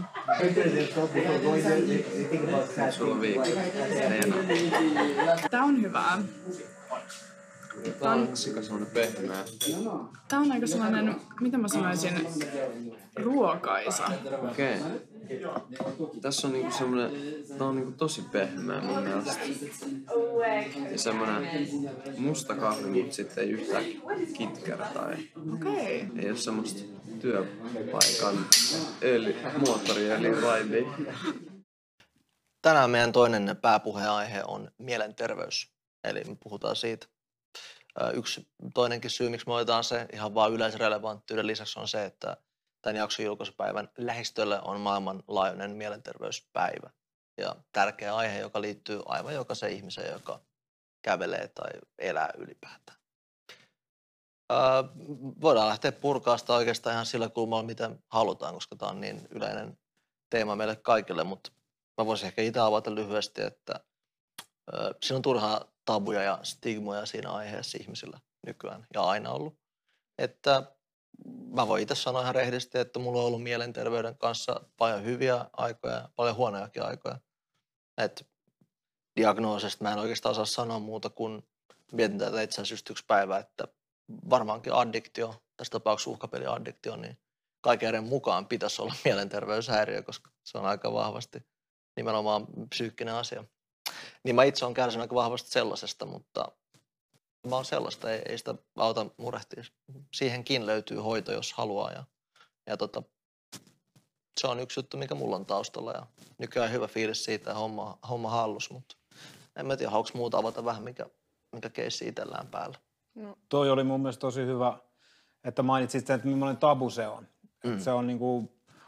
S5: Sulla on viikko. Ei enää.
S2: Tää on hyvää.
S5: Tää on sika semmonen pehmeä.
S2: Tää on aika sellainen, mitä mä sanoisin, ruokaisa.
S5: Okei. Tässä on niinku semmonen, tää on niinku tosi pehmeä mun mielestä. Ja semmonen musta kahvi, mut sitten ei yhtään kitkerä tai
S2: Okei.
S5: ei oo semmoista työpaikan öljy, moottoriöljyn vibea.
S4: Tänään meidän toinen pääpuheenaihe on mielenterveys. Eli me puhutaan siitä. Yksi toinenkin syy, miksi me otetaan se ihan vaan yleisrelevanttiyden lisäksi on se, että tämän jakson julkaisupäivän lähistölle on maailmanlaajuinen mielenterveyspäivä. Ja tärkeä aihe, joka liittyy aivan jokaisen ihmiseen, joka kävelee tai elää ylipäätään. Öö, voidaan lähteä purkaa sitä oikeastaan ihan sillä kulmalla, mitä halutaan, koska tämä on niin yleinen teema meille kaikille. Mutta mä voisin ehkä itse avata lyhyesti, että öö, siinä on turhaa tabuja ja stigmoja siinä aiheessa ihmisillä nykyään ja aina ollut. Että mä voin itse sanoa ihan rehdisti, että mulla on ollut mielenterveyden kanssa paljon hyviä aikoja ja paljon huonojakin aikoja. Että diagnoosista mä en oikeastaan osaa sanoa muuta kuin mietin tätä itse asiassa just yksi päivä, että varmaankin addiktio, tässä tapauksessa uhkapeliaddiktio, niin kaiken mukaan pitäisi olla mielenterveyshäiriö, koska se on aika vahvasti nimenomaan psyykkinen asia. Niin mä itse olen kärsinyt aika vahvasti sellaisesta, mutta mä oon sellaista, ei, ei sitä auta murehtia. Siihenkin löytyy hoito, jos haluaa. Ja, ja tota, se on yksi juttu, mikä mulla on taustalla. Ja nykyään hyvä fiilis siitä, homma, homma hallus, mutta en mä tiedä, haluatko muuta avata vähän, mikä, mikä keissi itsellään päällä.
S3: No. Toi oli mun mielestä tosi hyvä, että mainitsit sen, että millainen tabu se on. Mm. Se on niinku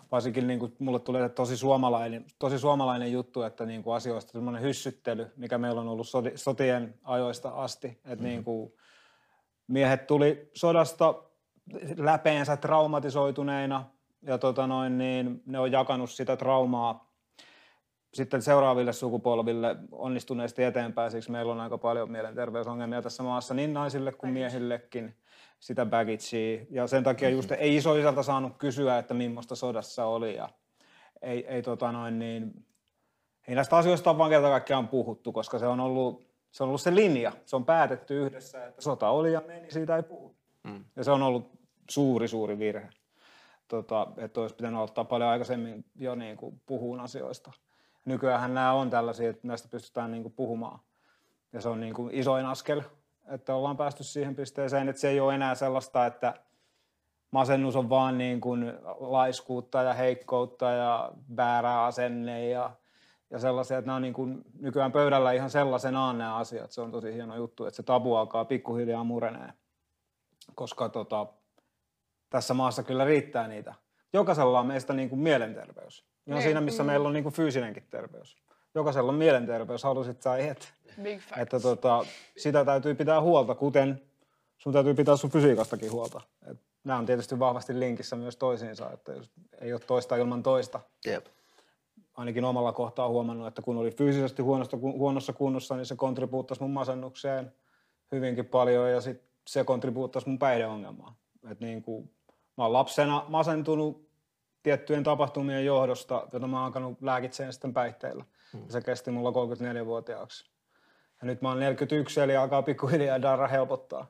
S3: varsinkin niin kuin mulle tuli tosi suomalainen, tosi suomalainen juttu, että niin kuin asioista semmoinen hyssyttely, mikä meillä on ollut soti, sotien ajoista asti. Että mm-hmm. niin kuin miehet tuli sodasta läpeensä traumatisoituneina ja tota noin, niin ne on jakanut sitä traumaa sitten seuraaville sukupolville onnistuneesti eteenpäin. Siksi meillä on aika paljon mielenterveysongelmia tässä maassa niin naisille kuin miehillekin. Sitä bagagea. Ja sen takia just ei isoisältä saanut kysyä, että millaista sodassa oli. Ja ei, ei, tota noin, niin, ei näistä asioista ole vaan kerta kaikkiaan puhuttu, koska se on, ollut, se on ollut se linja. Se on päätetty yhdessä, että sota oli ja meni, siitä ei puhu. Mm. Ja se on ollut suuri, suuri virhe. Tota, että olisi pitänyt ottaa paljon aikaisemmin jo niin kuin puhuun asioista. Nykyäänhän nämä on tällaisia, että näistä pystytään niin kuin puhumaan. Ja se on niin kuin isoin askel. Että ollaan päästy siihen pisteeseen, että se ei ole enää sellaista, että masennus on vaan niin kuin laiskuutta ja heikkoutta ja väärää asenne ja, ja sellaisia, että nämä on niin kuin nykyään pöydällä ihan sellaisenaan nämä asiat. Se on tosi hieno juttu, että se tabu alkaa pikkuhiljaa murenee, koska tota, tässä maassa kyllä riittää niitä. Jokaisella on meistä niin kuin mielenterveys. Ihan siinä, missä meillä on niin kuin fyysinenkin terveys. Jokaisella on mielenterveys, halusit tai et.
S2: Big facts.
S3: Että tota, sitä täytyy pitää huolta, kuten sun täytyy pitää sun fysiikastakin huolta. Et nämä on tietysti vahvasti linkissä myös toisiinsa, että jos ei ole toista ilman toista.
S4: Jep.
S3: Ainakin omalla kohtaa huomannut, että kun oli fyysisesti huonosta, huonossa kunnossa, niin se kontribuuttasi mun masennukseen hyvinkin paljon ja sit se kontribuuttasi mun päihdeongelmaan. Et niin kuin, mä oon lapsena masentunut tiettyjen tapahtumien johdosta, jota mä oon alkanut lääkitsemään sitten päihteillä. Hmm. Ja se kesti mulla kolmekymmentäneljävuotiaaksi. Ja nyt mä oon neljäkymmentäyksi, eli alkaa pikkuhiljaa darra helpottaa.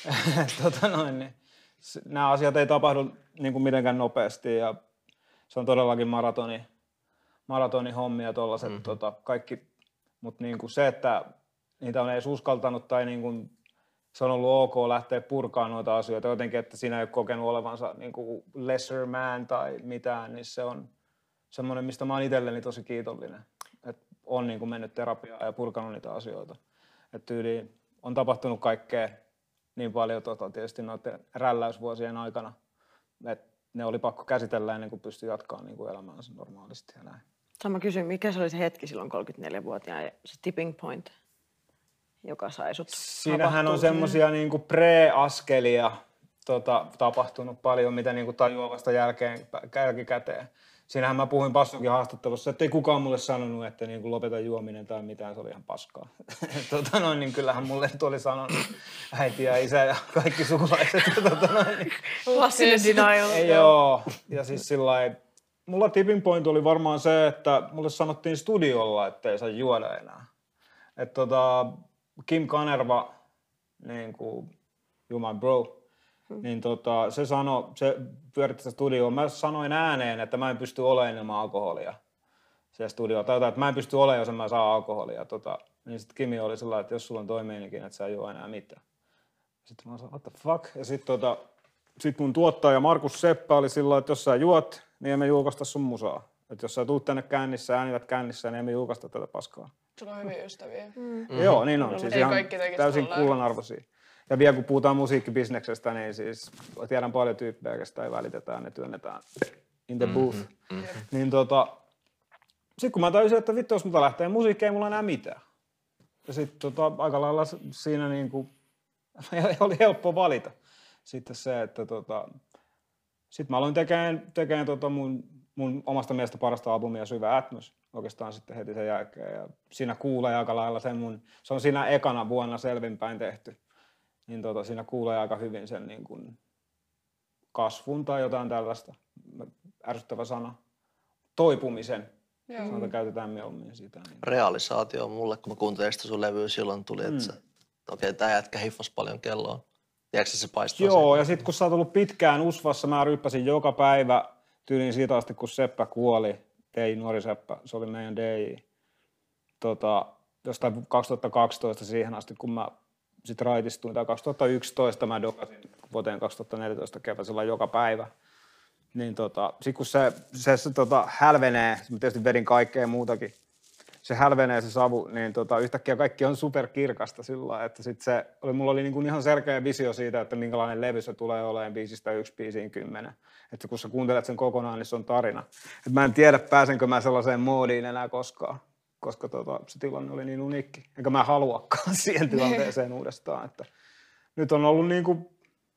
S3: tota noin, niin. Nämä asiat ei tapahdu niin kuin mitenkään nopeasti ja se on todellakin maratoni, maratoni hommia tollaset mm-hmm. tota, kaikki. Mutta niin kuin se, että niitä on edes uskaltanut tai niin kuin se on ollut ok lähteä purkaan noita asioita jotenkin, että siinä ei ole kokenut olevansa niin kuin lesser man tai mitään, niin se on semmoinen, mistä mä oon itselleni tosi kiitollinen. Että on niin kuin mennyt terapiaan ja purkanut niitä asioita. Että tyyliin on tapahtunut kaikkea niin paljon tota, tietysti noiden rälläysvuosien aikana, että ne oli pakko käsitellä ennen kuin pystyi jatkamaan niin kuin elämäänsä normaalisti ja näin.
S1: Sama kysyn, mikä se oli se hetki silloin kolmekymmentäneljävuotiaan ja se tipping point, joka sai sut
S3: Siinähän on semmoisia niin kuin pre-askelia tota, tapahtunut paljon, mitä niin kuin tajuaa vasta jälkeen, jälkikäteen. Siinähän mä puhuin Passunkin haastattelussa, että ei kukaan mulle sanonut, että niin kuin lopeta juominen tai mitään, se oli ihan paskaa. tota noin, niin kyllähän mulle oli sanonut äiti ja isä ja kaikki sukulaiset. tota noin, niin.
S1: Klassinen denial.
S3: Ei joo. Ja siis sillain, mulla tipping point oli varmaan se, että mulle sanottiin studiolla, että ei saa juoda enää. Että tota, Kim Kanerva, niin kuin, you my bro, niin tota, se sanoi, se pyöritti sitä studioon. Mä sanoin ääneen, että mä en pysty olemaan ilman alkoholia siellä studiolla. Tai jotain, että mä en pysty olemaan, jos en mä saa alkoholia. Tota, niin sitten Kimi oli sellainen, että jos sulla on toi meininki, että sä ei juo enää mitään. Sitten mä sanoin, what the fuck? Ja sitten tota, sit mun tuottaja Markus Seppä oli sillä, että jos sä juot, niin emme julkaista sun musaa. Että jos sä tuut tänne kännissä, äänität kännissä, niin emme julkaista tätä paskaa.
S2: Sulla on hyviä ystäviä. Mm.
S3: Mm-hmm. Joo, niin on. Siis ihan täysin kullanarvoisia. Ja vielä kun puhutaan musiikkibisneksestä, niin siis tiedän paljon tyyppejä, joista ei välitetä, ne työnnetään in the booth. Mm-hmm. Mm-hmm. Niin tota, sit kun mä tajusin, että vittu, jos multa lähtee musiikki, ei mulla enää mitään. Ja sit tota, aika lailla siinä niinku, oli helppo valita. Sitten se, että tota, sit mä aloin tekemään, tekemään tota mun, mun omasta mielestä parasta albumia Syvä Atmos oikeastaan sitten heti sen jälkeen. Ja siinä kuulee aika lailla sen mun, se on siinä ekana vuonna selvinpäin tehty. Niin tota, siinä kuulee aika hyvin sen niin kuin kasvun tai jotain tällaista, ärsyttävä sana, toipumisen. Sanotaan käytetään mieluummin sitä. Niin.
S4: Realisaatio on mulle, kun mä kuuntelin sitä sun levyä, silloin tuli, että mm. okei, okay, tää jätkä hiffas paljon kelloa. Tiedätkö se paistaa?
S3: Joo, sen? Ja sit kun sä oot ollut pitkään Usvassa, mä ryppäsin joka päivä tyyliin siitä asti, kun Seppä kuoli, D I, nuori Seppä, se oli meidän D I. Tota, jostain kaksituhattakaksitoista siihen asti, kun mä sitten raitistuin, tai kaksituhattayksitoista mä dokasin vuoteen kaksituhattaneljätoista keväisellä joka päivä. Niin tota, sit kun se, se, se tota, hälvenee, mä tietysti vedin kaikkea muutakin se hälvenee se savu, niin tota, yhtäkkiä kaikki on superkirkasta sillä lailla, että sit se, oli, mulla oli niinku ihan selkeä visio siitä, että minkälainen levy se tulee olemaan biisistä yksi biisiin kymmenen. Että kun sä kuuntelet sen kokonaan, niin se on tarina. Et mä en tiedä, pääsenkö mä sellaiseen moodiin enää koskaan, koska tota, se tilanne oli niin uniikki. Enkä mä haluakaan siihen tilanteeseen uudestaan. Että nyt on ollut niinku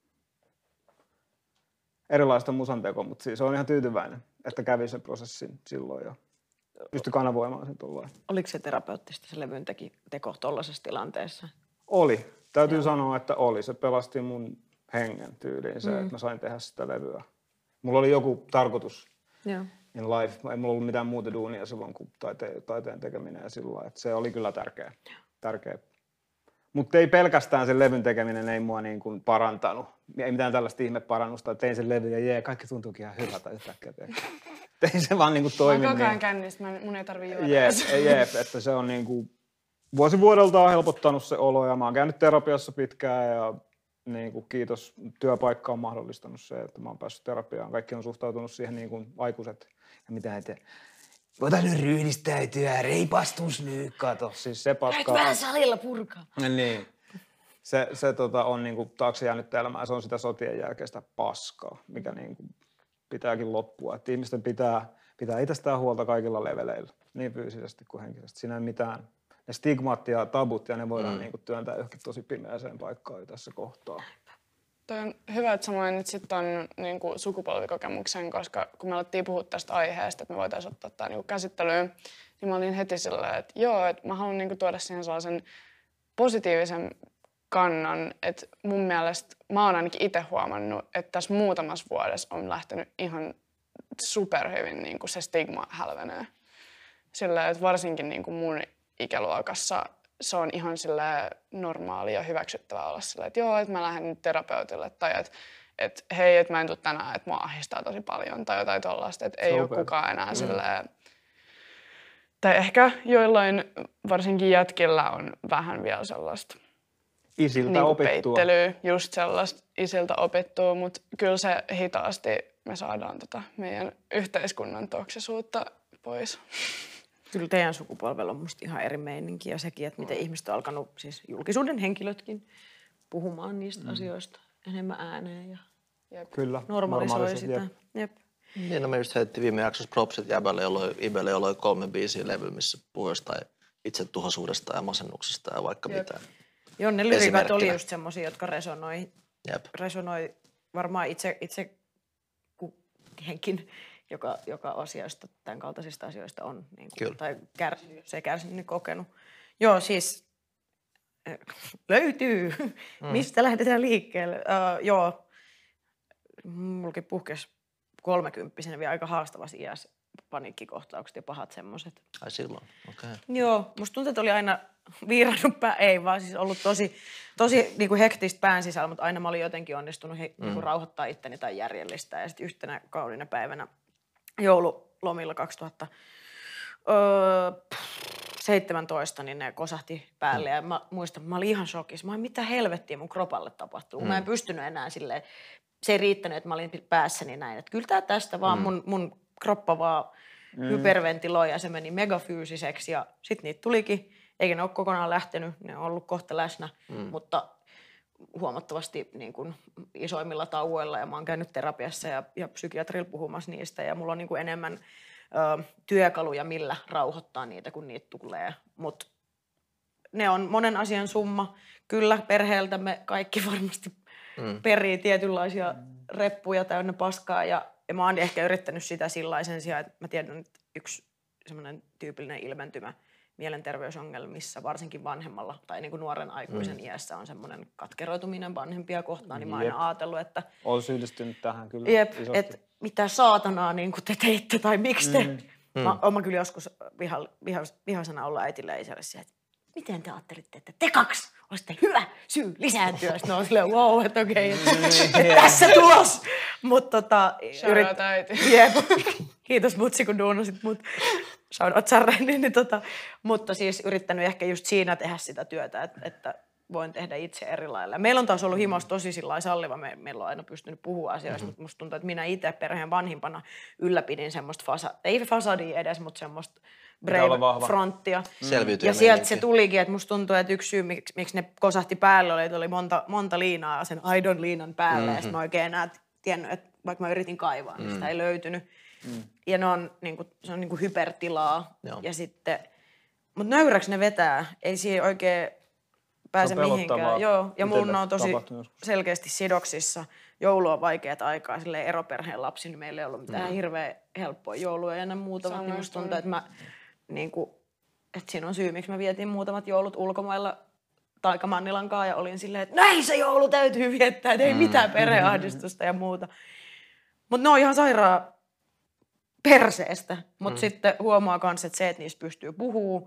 S3: erilaista musanteko, mutta siis on ihan tyytyväinen, että kävi sen prosessin silloin ja pystyi kanavoimaan sen tuollain.
S1: Oliko se terapeuttista se levyn teki, teko tuollaisessa tilanteessa?
S3: Oli. Täytyy Joo. sanoa, että oli. Se pelasti mun hengen tyyliin se, mm. että mä sain tehdä sitä levyä. Mulla oli joku tarkoitus Joo. in life. Ei mulla ollut mitään muuta duunia silloin kuin taite- taiteen tekeminen ja sillä että se oli kyllä tärkeä. tärkeä. Mutta ei pelkästään sen levyn tekeminen ei mua niin kuin parantanut. Ei mitään tällaista ihmeparannusta, että tein sen levyn ja jee, kaikki tuntuukin ihan hyvältä yhtäkkiä. Tein se vaan niin kuin toimi.
S2: Mä oon koko ajan
S3: niin.
S2: kännistä, mun ei tarvii juoda.
S3: Jep, jep, että se on niin kuin vuosi vuodelta on helpottanut se olo ja mä oon käynyt terapiassa pitkään ja niin kuin kiitos, työpaikka on mahdollistanut se, että mä oon päässyt terapiaan. Kaikki on suhtautunut siihen niin kuin aikuiset ja mitä että ota nyt ryhdistäytyä, reipastus nyt, kato. Siis se paska.
S1: Käyt vähän salilla purkaa.
S3: Niin. Se, se tota, on niin kuin taakse jäänyt elämää. Se on sitä sotien jälkeistä paskaa, mikä niin kuin pitääkin loppua. Että ihmisten pitää, pitää itsestään huolta kaikilla leveleillä, niin fyysisesti kuin henkisesti. Siinä ei mitään. Ne stigmat ja tabut ja ne voidaan mm. niin kuin työntää johonkin tosi pimeäseen paikkaan tässä kohtaa.
S2: Toi on hyvä, että sä mainitsit ton niin kuin sukupolvikokemuksen, koska kun me alettiin puhua tästä aiheesta, että me voitaisiin ottaa tämä niin käsittelyyn, niin mä olin heti silleen, että joo, että mä haluan niin kuin tuoda siihen sellaisen positiivisen kannan, että mun mielestä mä oon ainakin itse huomannut, että tässä muutamassa vuodessa on lähtenyt ihan superhyvin niin kuin se stigma hälvenee. Silleen, että varsinkin niin kuin mun ikäluokassa se on ihan silleen normaalia ja hyväksyttävää olla silleen, että joo, että mä lähden nyt terapeutille tai että et, hei, että mä en tule tänään, että mua ahdistaa tosi paljon tai jotain tollaista, että ei ole kukaan enää mm. silleen. Tai ehkä joillain, varsinkin jätkillä, on vähän vielä sellaista
S3: isiltä
S2: niin
S3: opittua.
S2: Peittelyä, just sellaista isiltä opittua, mutta kyllä se hitaasti me saadaan tota meidän yhteiskunnan toksisuutta pois.
S1: Kyllä teidän sukupolvella on musta ihan eri meininki ja sekin, että miten ihmiset on alkanut, siis julkisuuden henkilötkin, puhumaan niistä mm. asioista enemmän ääneen ja
S2: Jep.
S3: Kyllä,
S1: normalisoi sitä.
S3: Jep.
S1: Jep.
S4: Niin, no me just heitettiin viime jaksossa propsit jäbälle, jolloin Ibelle, jolloin kolme biisiä levy, missä puhui jostain itsetuhoisuudesta ja masennuksesta ja vaikka
S2: Jep.
S4: mitä.
S1: Joo, ne lyrikat oli just semmosia, jotka resonoi,
S4: Jep.
S1: resonoi varmaan itse, itse kukenkin, joka, joka asiasta, tämän kaltaisista asioista on, niin kuin, tai kärsinyt, jos ei kärsinyt, niin kokenut. Joo, siis äh, löytyy. Mm. Mistä lähdetään liikkeelle? Uh, joo, mullakin puhkesi kolmekymppisenä vielä aika haastavassa iässä paniikkikohtaukset ja pahat semmoiset.
S4: Ai silloin, okei. Okay.
S1: Joo, musta tuntuu, että oli aina viirannut pää, ei vaan siis ollut tosi, tosi niin kuin hektistä pään sisällä, mutta aina mä olin jotenkin onnistunut he, mm. niin kuin rauhoittaa itteni tai järjellistää. Ja sitten yhtenä kauniina päivänä joululomilla kaksituhattaseitsemäntoista, niin ne kosahti päälle ja mä muistan, mä olin ihan shokissa. Mä olin, mitä helvettiä mun kropalle tapahtuu. Mm. Mä en pystynyt enää silleen, se ei riittänyt, että mä olin päässäni näin. Että kyllä tää tästä vaan mm. mun, mun kroppa vaan mm. hyperventiloi ja se meni megafyysiseksi ja sit niitä tulikin. Eikä ne ole kokonaan lähtenyt, ne on ollut kohta läsnä, mm. mutta huomattavasti niin kuin isoimmilla tauoilla ja mä oon käynyt terapiassa ja, ja psykiatrilla puhumassa niistä ja mulla on niin kuin enemmän ö, työkaluja, millä rauhoittaa niitä, kun niitä tulee. Mutta ne on monen asian summa. Kyllä perheeltä me kaikki varmasti mm. perii tietynlaisia reppuja täynnä paskaa ja, ja mä oon ehkä yrittänyt sitä sillaisen sijaan, että mä tiedän, että yksi semmoinen tyypillinen ilmentymä mielenterveysongelmissa, varsinkin vanhemmalla tai niin kuin nuoren aikuisen mm. iässä on semmoinen katkeroituminen vanhempia kohtaan, niin mä oon aina ajatellut, että
S3: olen syyllistynyt tähän kyllä
S1: jep, että mitä saatanaa niin kuin te teitte tai miksi te. Mm. Mä oon kyllä joskus viha, viha, vihaisena olla äitille ja isälle siihen, että miten te ajattelitte, että te kaksi olisitte hyvä syy lisääntyä. Sitten on silleen, wow, että okei, okay, tässä tulos. Mutta tota...
S2: Shoutout äiti.
S1: Jep. Kiitos mutsi, kun duunasit mut. Shoutout Sarre. Niin, niin, tota, mutta siis yrittänyt ehkä just siinä tehdä sitä työtä, että, että voin tehdä itse eri lailla. Meillä on taas ollut himos tosi salliva. Me, meillä on aina pystynyt puhua asioista, mm-hmm. mutta musta tuntuu, että minä itse perheen vanhimpana ylläpidin semmoista, fasa, ei fasadia edes, mutta semmoista Brave fronttia.
S4: Selviytyjä
S1: Ja sieltä
S4: meininki.
S1: se tulikin, että musta tuntuu, että yksi syy, miksi, miksi ne kosahti päälle, oli, että oli monta, monta liinaa sen aidon liinan päälle. Mm-hmm. Ja sitten mä oikein enää tiennyt, että vaikka mä yritin kaivaa, niin sitä mm. ei löytynyt. Mm. Ja ne on, niin kuin, se on niin kuin hypertilaa. Joo. Ja sitten, mutta nöyräksi ne vetää. Ei siihen oikein pääse mihinkään. Joo. Ja mun on tosi selkeästi sidoksissa. Joulu on vaikeat aikaa, silleen eroperheen lapsi, niin meillä ei ollut mitään mm. hirveän helppoa joulua ja ennen muutamat. Niin musta tuntuu, että, mä, niin kuin, että siinä on syy, miksi mä vietin muutamat joulut ulkomailla Taika Mannilan kanssa ja olin silleen, että näin se joulu täytyy viettää, että ei mitään perheahdistusta ja muuta. Mutta ne on ihan sairaan perseestä. Mutta mm. sitten huomaa myös, että se, että niistä pystyy puhumaan,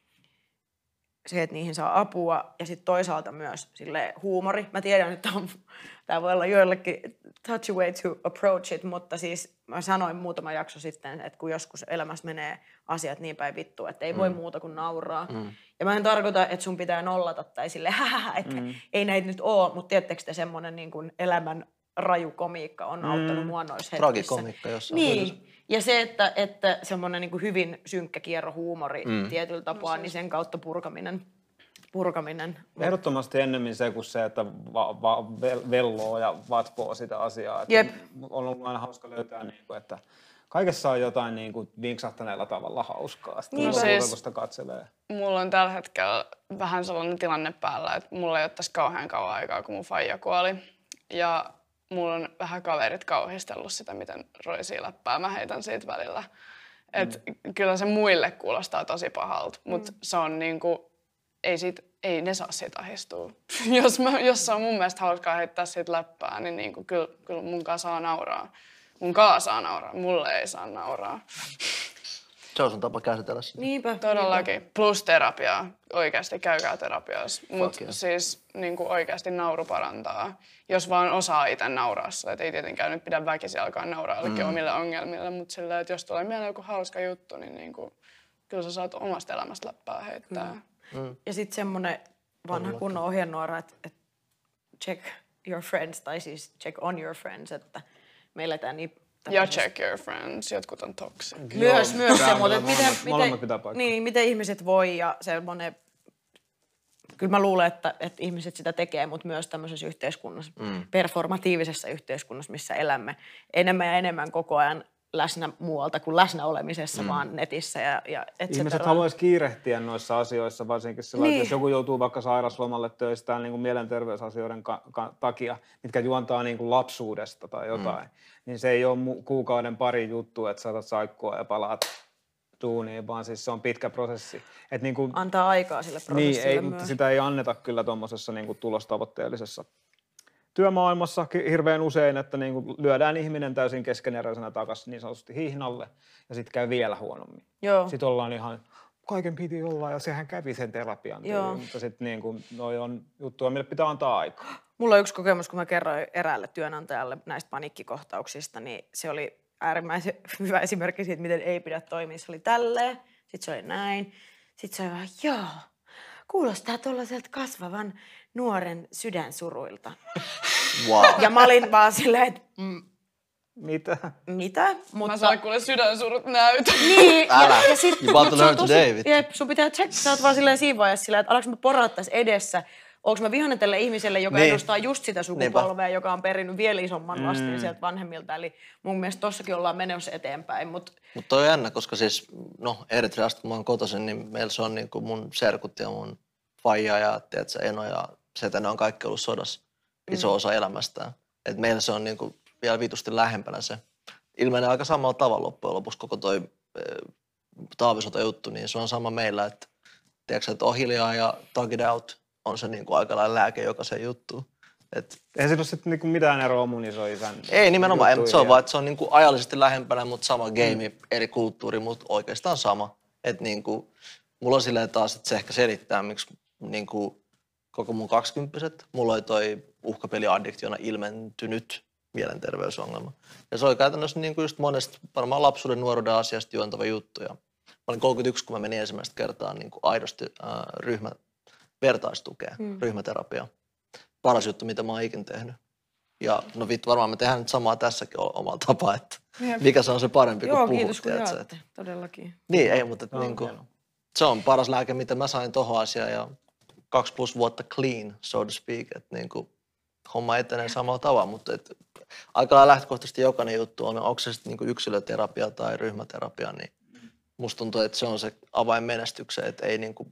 S1: se, että niihin saa apua ja sitten toisaalta myös sille huumori. Mä tiedän, että tämä voi olla joillekin touchy way to approach it, mutta siis mä sanoin muutama jakso sitten, että kun joskus elämässä menee asiat niin päin vittua, että ei mm. voi muuta kuin nauraa. Mm. Ja mä en tarkoita, että sun pitää nollata tai silleen, että mm. ei näitä nyt ole, mutta tiedättekö te semmoinen niin kuin elämän raju komiikka on auttanut mm. mua noissa hetkissä.
S4: Tragikomiikka jossain.
S1: Niin. Ja se, että, että semmoinen niin kuin hyvin synkkä kierrohuumori mm. tietyllä tapaa, no, niin sen kautta purkaminen. purkaminen.
S3: Ehdottomasti ennemmin se kuin se, että va- va- velloo ja vatvoo sitä asiaa. Että on ollut aina hauska löytää, niin kuin, että kaikessa on jotain niin kuin vinksahtaneella tavalla hauskaa. Sitten niin, siis, kun sitä katselee.
S2: Mulla on tällä hetkellä vähän sellainen tilanne päällä, että mulla ei ole tässä kauhean kauan aikaa, kun mun faija kuoli. Ja mulla on vähän kaverit kauhistellut sitä, miten roisia läppää mä heitän siitä välillä. Et mm. kyllä se muille kuulostaa tosi pahalta, mutta mm. se on niinku, ei, siitä, ei ne saa siitä ahistua. jos, mä, jos se on mun mielestä hauskaa heittää siitä läppää, niin niinku, kyllä, kyllä mun kanssa saa nauraa. Mun kanssa saa nauraa, mulle ei saa nauraa.
S4: Se on sun tapa käsitellä sitä.
S1: Niinpä.
S2: Todellakin. Niinpä. Plus terapiaa. Oikeasti käykää terapiassa. Mutta siis niin kuin oikeasti nauru parantaa. Jos vaan osaa itse nauraa sille. Et ei tietenkään nyt pidä väkisin alkaa nauraa jollekin mm. omille ongelmille. Mutta silleen, että jos tulee mieleen joku hauska juttu, niin, niin kuin, kyllä sä saat omasta elämästä läppää heittää.
S1: Mm. Mm. Ja sitten semmoinen vanha kunnon ohjenuora, että et check your friends, tai siis check on your friends, että me eletään niin...
S2: Ja check your friends, jotkut on toxic.
S1: Myös, Joo, myös se, mutta miten, miten, niin, miten ihmiset voi ja semmoinen, kyllä mä luulen, että, että ihmiset sitä tekee, mutta myös tämmöisessä yhteiskunnassa, mm. performatiivisessa yhteiskunnassa, missä elämme enemmän ja enemmän koko ajan läsnä muualta kuin läsnä olemisessa, mm. vaan netissä ja, ja et cetera.
S3: Ihmiset haluaisi kiirehtiä noissa asioissa, varsinkin sillä niin. että jos joku joutuu vaikka sairaslomalle töistään niin kuin mielenterveysasioiden ka- ka- takia, mitkä juontaa niin kuin lapsuudesta tai jotain, mm. niin se ei ole mu- kuukauden pari juttu, että saatat saikkua ja palaat duuniin, vaan siis se on pitkä prosessi. Et niin kuin,
S1: antaa aikaa sille prosessille
S3: niin, ei,
S1: myös.
S3: Mutta sitä ei anneta kyllä tuommoisessa niin kuin tulostavoitteellisessa työmaailmassa hirveän usein, että niin kuin lyödään ihminen täysin keskeneräisenä takaisin niin sanotusti hihnalle ja sitten käy vielä huonommin.
S1: Joo.
S3: Sitten ollaan ihan, kaiken piti olla ja sehän kävi sen terapian tyyliin, mutta sitten niin kuin, noi on juttuja, mille pitää antaa aikaa.
S1: Mulla on yksi kokemus, kun mä kerroin eräälle työnantajalle näistä paniikkikohtauksista, niin se oli äärimmäisen hyvä esimerkki siitä, miten ei pidä toimia. Se oli tälleen, sitten se oli näin, sitten se oli vaan joo. Kuulostaa tuollaiselta kasvavan nuoren sydänsuruilta.
S4: Wow.
S1: Ja mä olin vaan silleen, että... Mm,
S3: mitä?
S1: Mitä? Mutta...
S2: Mä saan kuule sydänsurut näytä.
S1: Niin,
S4: Älä.
S1: ja, ja sit,
S4: you want to learn today.
S1: Jep, sun pitää check, sä oot vaan silleen siinä vaiheessa silleen, että alanko mä poraa tässä edessä. Onko mä vihainen tälle ihmiselle, joka niin. edustaa just sitä sukupolvea, Niinpä. joka on perinnyt vielä isomman vastin mm. sieltä vanhemmilta. Eli mun mielestä tossakin ollaan menossa eteenpäin. Mutta
S4: Mut toi on jännä, koska siis, no Eritreasta kun mä oon kotoisin, niin meillä se on niin kuin mun serkut ja mun faija ja tiedätkö, Eno ja setä, ne on kaikki ollut sodassa. Iso osa mm. elämästään. Et meillä se on niin kuin vielä vitusti lähempänä se. Ilmenee aika samalla tavalla loppujen lopuksi koko toi e, talvisota juttu, niin se on sama meillä, että tiedätkö, että on hiljaa ja talk it out on se niin kuin aika lailla lääke jokaisen juttuun. Et...
S3: Eihän siinä ole sitten niinku mitään eroa mun iso isän.
S4: Ei nimenomaan, ei, mutta se on ja... vaan, että se on niinku ajallisesti lähempänä, mutta sama game, mm. eri kulttuuri, mutta oikeastaan sama. Että niinku, mulla on silleen taas, että se ehkä selittää, miksi niinku, koko mun kaksikymppiset, mulla oli toi uhkapeliaddiktiona ilmentynyt mielenterveysongelma. Ja se oli käytännössä niinku just monesta varmaan lapsuuden nuoruuden asiasta juontava juttu. Ja mä olin kolmekymmentäyksi, kun mä menin ensimmäistä kertaa niinku aidosti äh, ryhmä, vertaistukea, mm. ryhmäterapia. Paras juttu, mitä mä oon ikin tehnyt. Ja no vittu, varmaan me tehdään nyt samaa tässäkin omalla tapaa, että mikä se on se parempi
S1: Joo,
S4: kuin puhut.
S1: kiitos kun
S4: tiedätkö,
S1: jaatte, todellakin.
S4: Niin, ei, mutta
S3: No,
S4: niin kuin, se on paras lääke, mitä mä sain tohon asiaan ja kaksi plus vuotta clean, so to speak, että niin kuin, homma etenee samalla tavalla, mutta et, aika lailla lähtökohtaisesti jokainen juttu on, onko se sitten niin kuin yksilöterapia tai ryhmäterapia, niin musta tuntuu, että se on se avain menestykseen, että ei niin kuin,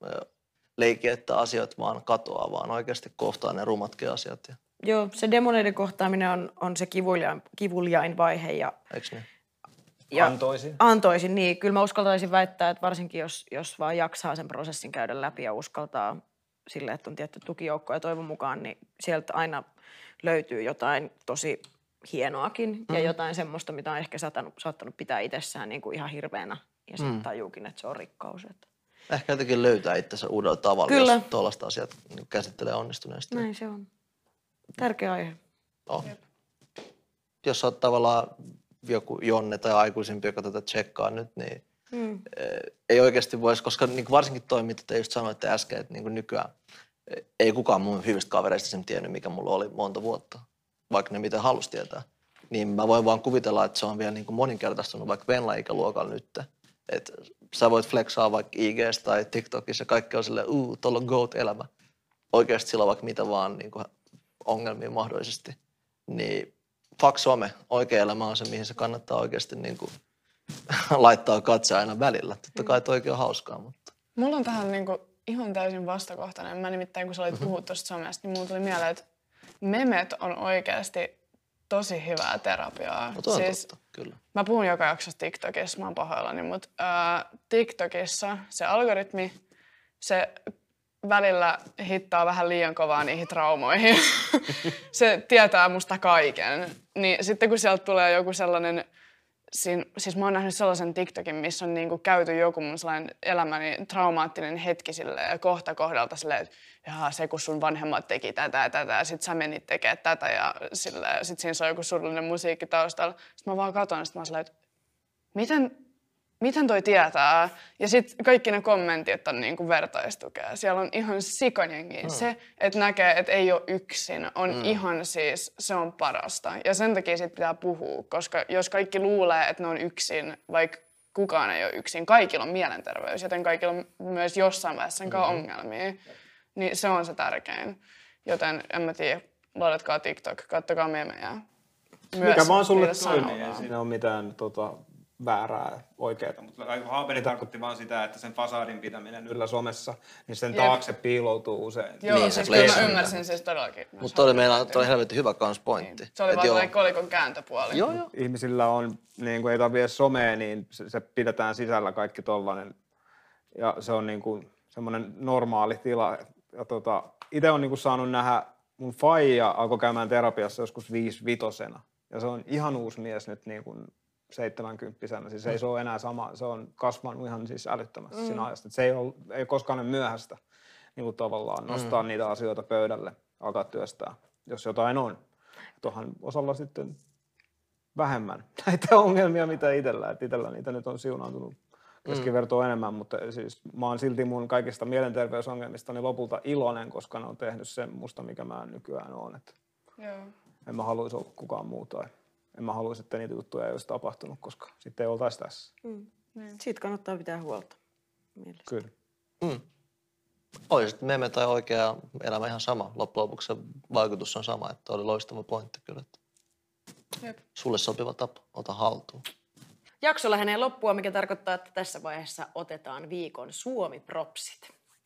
S4: leiki, että asiat vaan katoaa, vaan oikeasti kohtaa ne rumatkin asiat. Ja...
S1: Joo, se demoneiden kohtaaminen on, on se kivuliain, kivuliain vaihe ja
S4: Eiks niin?
S1: Ja
S3: Antoisin.
S1: Antoisin, niin. Kyllä mä uskaltaisin väittää, että varsinkin jos, jos vaan jaksaa sen prosessin käydä läpi ja uskaltaa sille, että on tietty tukijoukko ja toivon mukaan, niin sieltä aina löytyy jotain tosi hienoakin mm. ja jotain semmoista, mitä on ehkä saattanut, saattanut pitää itsessään niin kuin ihan hirveänä ja sitten mm. tajuukin, että se on rikkaus. Että...
S4: Ehkä jotenkin löytää itsensä uudella tavalla,
S1: Kyllä.
S4: jos tuollaista asiat käsittelee onnistuneesti.
S1: Näin se on. Tärkeä aihe.
S4: No. Jos sä oot tavallaan joku Jonne tai aikuisempi, joka tätä tsekkaa nyt, niin mm. ei oikeasti voisi, koska niin varsinkin toi, mitä te just sanoitte äsken, että niin nykyään ei kukaan mun hyvistä kavereista sen tiennyt, mikä mulla oli monta vuotta, vaikka ne mitä halusi tietää. Niin mä voin vaan kuvitella, että se on vielä niin kuin moninkertaistunut vaikka Venla-ikäluokalla nyt. Että sä voit flexaa vaikka I G:ssä tai TikTokissa ja kaikki on silleen, uu, tuolla on goat-elämä. Oikeasti sillä on vaikka mitä vaan niin kuin ongelmia mahdollisesti. Niin fuck some, oikea elämä on se, mihin se kannattaa oikeasti niin kuin laittaa katse aina välillä. Totta kai toikin on hauskaa, mutta...
S2: Mulla on tähän niin kuin ihan täysin vastakohtainen. Mä nimittäin, kun sä olit puhut tuosta somesta, niin mulla tuli mieleen, että memet on oikeasti tosi hyvää terapiaa.
S4: No, toi on
S2: siis,
S4: totta, kyllä.
S2: Mä puhun joka jaksossa TikTokissa, mä oon pahoillani, mutta äh, TikTokissa se algoritmi, se välillä hittaa vähän liian kovaa niihin traumoihin. Se tietää musta kaiken. Niin sitten kun sieltä tulee joku sellainen, siin, siis mä oon nähnyt sellaisen TikTokin, missä on niinku käyty joku mun sellainen elämäni traumaattinen hetki silleen, ja kohta kohdalta silleen, että jaa, se kun sun vanhemmat teki tätä ja tätä, ja sit sä menit tekemään tätä, ja silleen, sit siinä on joku surullinen musiikki taustalla. Sitten mä vaan katon, sit mä oon silleen, että miten... Miten toi tietää? Ja sitten kaikki ne kommentit on niinku vertaistukea. Siellä on ihan sikonjengi. Mm. Se, että näkee, että ei ole yksin, on mm. ihan siis, se on parasta. Ja sen takia siitä pitää puhua, koska jos kaikki luulee, että ne on yksin, vaikka kukaan ei ole yksin, kaikilla on mielenterveys, joten kaikilla on myös jossain vaiheessa mm-hmm. ongelmia, niin se on se tärkein. Joten en mä tiedä, ladatkaa TikTok, kattokaa memejä. Myös
S3: mikä vaan sulle toimii, ei siinä ole mitään tota... väärää, oikeaa. Mutta Haabeli tarkoitti vaan sitä, että sen fasadin pitäminen yllä somessa, niin sen taakse Jep. piiloutuu usein.
S2: Joo, niin, siis kyllä mä ymmärsin siis todellakin.
S4: Mutta toi oli meillä toi helvetti hyvä kans pointti.
S2: Niin. Se oli vaan kolikon kääntöpuoli.
S3: Joo, joo. Ihmisillä on, niin kuin ei tarvitse somea, niin se, se pidetään sisällä kaikki tollainen. Ja se on niin kuin semmoinen normaali tila. Ja tota, itse on niin kuin saanut nähdä, mun faija alkoi käymään terapiassa joskus viisivitosena. Ja se on ihan uusi mies nyt niin kuin seitsemänkymppisenä. Siis ei se ole enää sama, se on kasvanut ihan siis älyttömästi mm. siinä ajasta. Se ei ole, ei koskaan ole myöhäistä niin kuin tavallaan nostaa mm. niitä asioita pöydälle, alkaa työstää, jos jotain on. Tuohan osalla sitten vähemmän näitä ongelmia, mitä itsellä. Et itsellä niitä nyt on siunaantunut keskivertoa mm. enemmän, mutta siis mä oon silti mun kaikista mielenterveysongelmistani lopulta iloinen, koska ne on tehnyt sen musta, mikä mä nykyään oon. Et Joo. En mä haluaisi olla kukaan muu tai en mä haluaisi, että niitä juttuja ei olisi tapahtunut, koska sitten ei oltaisi tässä.
S1: Mm. Siitä kannattaa pitää huolta. Mielestäni.
S3: Kyllä.
S4: Mm. Oli sitten meme tai oikea elämä ihan sama. Loppujen lopuksi se vaikutus on sama, että oli loistava pointti kyllä. Jep. Sulle sopiva tapa, ota haltuun.
S1: Jakso lähenee loppua, mikä tarkoittaa, että tässä vaiheessa otetaan viikon Suomi-propsit.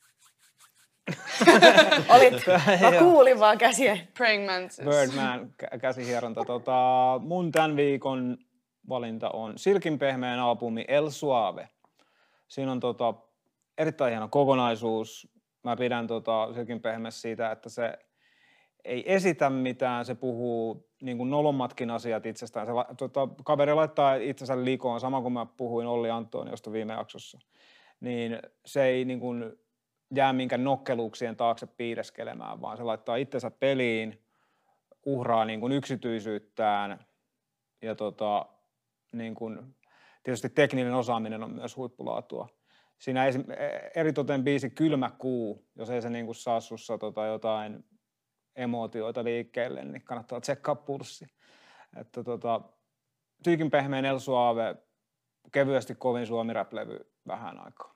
S1: Olit, mä kuulin vaan käsiä.
S2: Praying mantis.
S3: Birdman, kä- käsihieronta. Tota, mun tämän viikon valinta on Silkinpehmeän albumi El Suave. Siinä on tota, erittäin hieno kokonaisuus. Mä pidän tota, Silkinpehmeässä siitä, että se ei esitä mitään, se puhuu niin kuin nolommatkin asiat itsestään. Se, tota, kaveri laittaa itsensä likoon, sama kuin mä puhuin Olli Antoniosta viime jaksossa. Niin se ei niin kuin jää minkään nokkeluuksien taakse piileskelemään, vaan se laittaa itsensä peliin, uhraa niin kuin yksityisyyttään ja tota, niin kuin, tietysti tekninen osaaminen on myös huippulaatua. Siinä esim, eritoten biisi Kylmä kuu, jos ei se niin kuin saa sussa tota jotain emootioita liikkeelle, niin kannattaa tsekkaa purssi. Että tota, Psyykin pehmeä Elsu Aave, kevyesti kovin suomi-rap-levy vähän aikaa.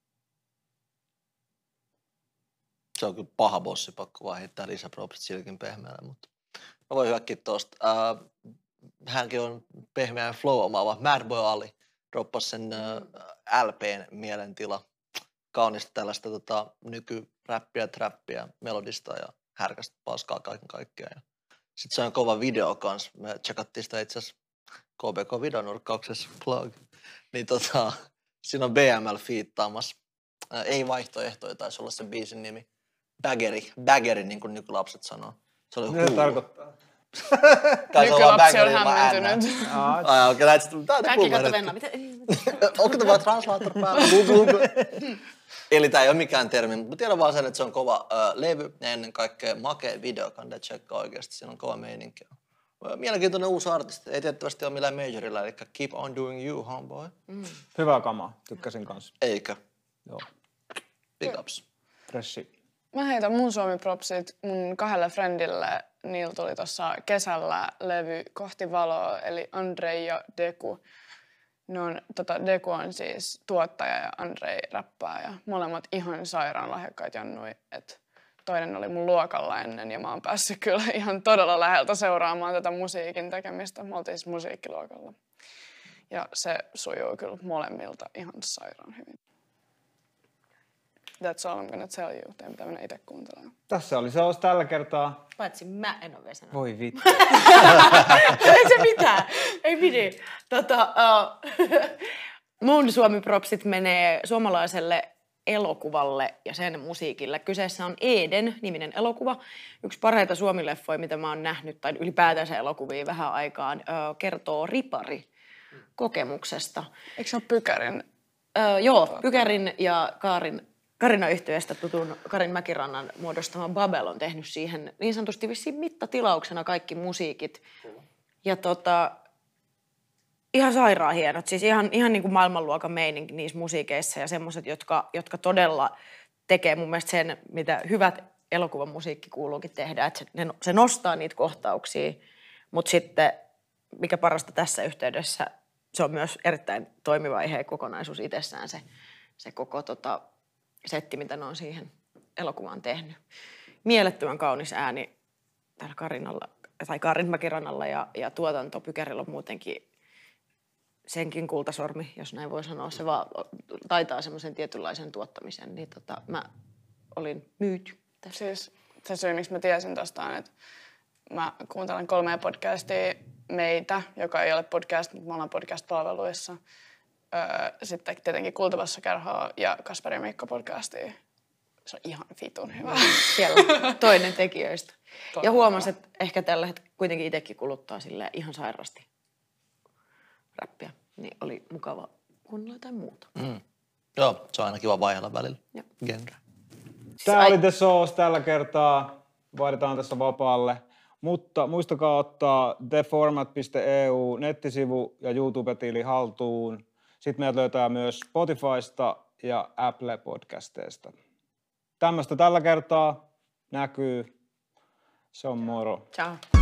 S4: Se on kyllä paha bossi, pakko vaan heittää lisäpropsit Psyykin pehmeälle, mutta mä voin hyväkkiä tosta. Äh, hänkin on pehmeä flow omaava. Mad Boy Ali droppasi sen äh, L P:n Mielentila. Kaunista tällaista tota, nykyräppiä, trappia, melodista ja härkästä paskaa kaiken kaikkiaan. Sitten se on kova video kans. Me checkattiin sitä itse asiassa K B K-videonurkkauksessa plug. Niin tota, siinä on B M L fiittaamassa. Äh, ei vaihtoehtoja, taisi olla se biisin nimi. Baggeri, baggeri niin kuin nykylapset sanoo. Se oli
S3: Mitä se tarkoittaa?
S2: Nykylapsi on hämmentynyt.
S4: Ai okei, näet sitten.
S1: Kaikki kautta Venla.
S4: Onko tämä vaan translaattor päällä? Eli tää ei ole mikään termi, mutta mä tiedän vaan sen, että se on kova uh, levy ja ennen kaikkea makea video, kannattaa tsekkaa oikeasti. Siinä on kova meininki. Mielenkiintoinen uusi artisti. Ei tiettävästi ole millään majorilla, eli keep on doing you, homeboy.
S1: Mm.
S3: Hyvää kamaa, tykkäsin kanssa.
S4: Eikö?
S3: Joo.
S4: Big ups.
S3: Freshi.
S2: Mä heitän mun Suomi-propsit mun kahdelle friendille. Niillä tuli tuossa kesällä levy Kohti valoa, eli Andrei ja Deku. Ne on, tota, Deku on siis tuottaja ja Andrei räppää ja molemmat ihan sairaan lahjakkaita jannui. Et toinen oli mun luokalla ennen ja mä oon päässyt kyllä ihan todella läheltä seuraamaan tätä musiikin tekemistä. Me oltiin siis musiikkiluokalla. Ja se sujuu kyllä molemmilta ihan sairaan hyvin. That's all I'm gonna tell you. Teidän pitää mennä itse kuuntelemaan.
S3: Tässä oli se olisi tällä kertaa.
S1: Paitsi mä en ole vielä sanonut.
S3: Voi vittu.
S1: Ei se mitään. Ei pidi. Tota, uh, mun Suomi-propsit menee suomalaiselle elokuvalle ja sen musiikille. Kyseessä on Eden-niminen elokuva. Yksi parhaita suomileffoja, mitä mä oon nähnyt, tai ylipäätänsä elokuvia vähän aikaan, uh, kertoo Ripari kokemuksesta.
S2: Eikö se ole Pykärin?
S1: Uh, joo, Pykärin ja Kaarin Karina-yhtyeestä tutun Karin Mäkirannan muodostama Babel on tehnyt siihen niin sanotusti vissiin mittatilauksena kaikki musiikit. Ja tota, ihan sairaan hienot, siis ihan, ihan niin kuin maailmanluokan meininki niissä musiikeissa ja semmoiset, jotka, jotka todella tekee mun mielestä sen, mitä hyvät elokuvan musiikki kuuluukin tehdä, että se, ne, se nostaa niitä kohtauksia, mutta sitten mikä parasta tässä yhteydessä, se on myös erittäin toimiva ja kokonaisuus itsessään se, se koko tota, setti, mitä ne on siihen elokuvaan tehnyt. Mielettömän kaunis ääni täällä Karinalla, tai Karin Mäkirannalla ja, ja tuotanto Pykärillä on muutenkin senkin kultasormi, jos näin voi sanoa. Se vaan taitaa semmoisen tietynlaisen tuottamisen, niin tota, mä olin myyty tästä.
S2: Siis se syy, miksi mä tiesin tosta on, että mä kuuntelen kolmea podcastia meitä, joka ei ole podcast, mutta me ollaan podcast-palveluissa. Öö, sitten tietenkin Kuultavassa kerhoa ja Kasperi ja Mikko podcastia. Se on ihan vitun hyvä.
S1: Siellä toinen tekijöistä. Todella ja huomasin, että ehkä tällä hetkellä kuitenkin itsekin kuluttaa silleen ihan sairasti räppiä. Niin oli mukava kuunnella jotain muuta.
S4: Mm. Joo, se on aina kiva vaihdella välillä.
S1: Joo.
S4: Genre.
S3: Tämä oli The Sauce tällä kertaa. Vaihdetaan tässä vapaalle. Mutta muistakaa ottaa theformat piste e u nettisivu ja YouTube-tili haltuun. Sitten meidät löytää myös Spotifysta ja Apple-podcasteista. Tämmöistä tällä kertaa näkyy. Se on moro.
S1: Ciao.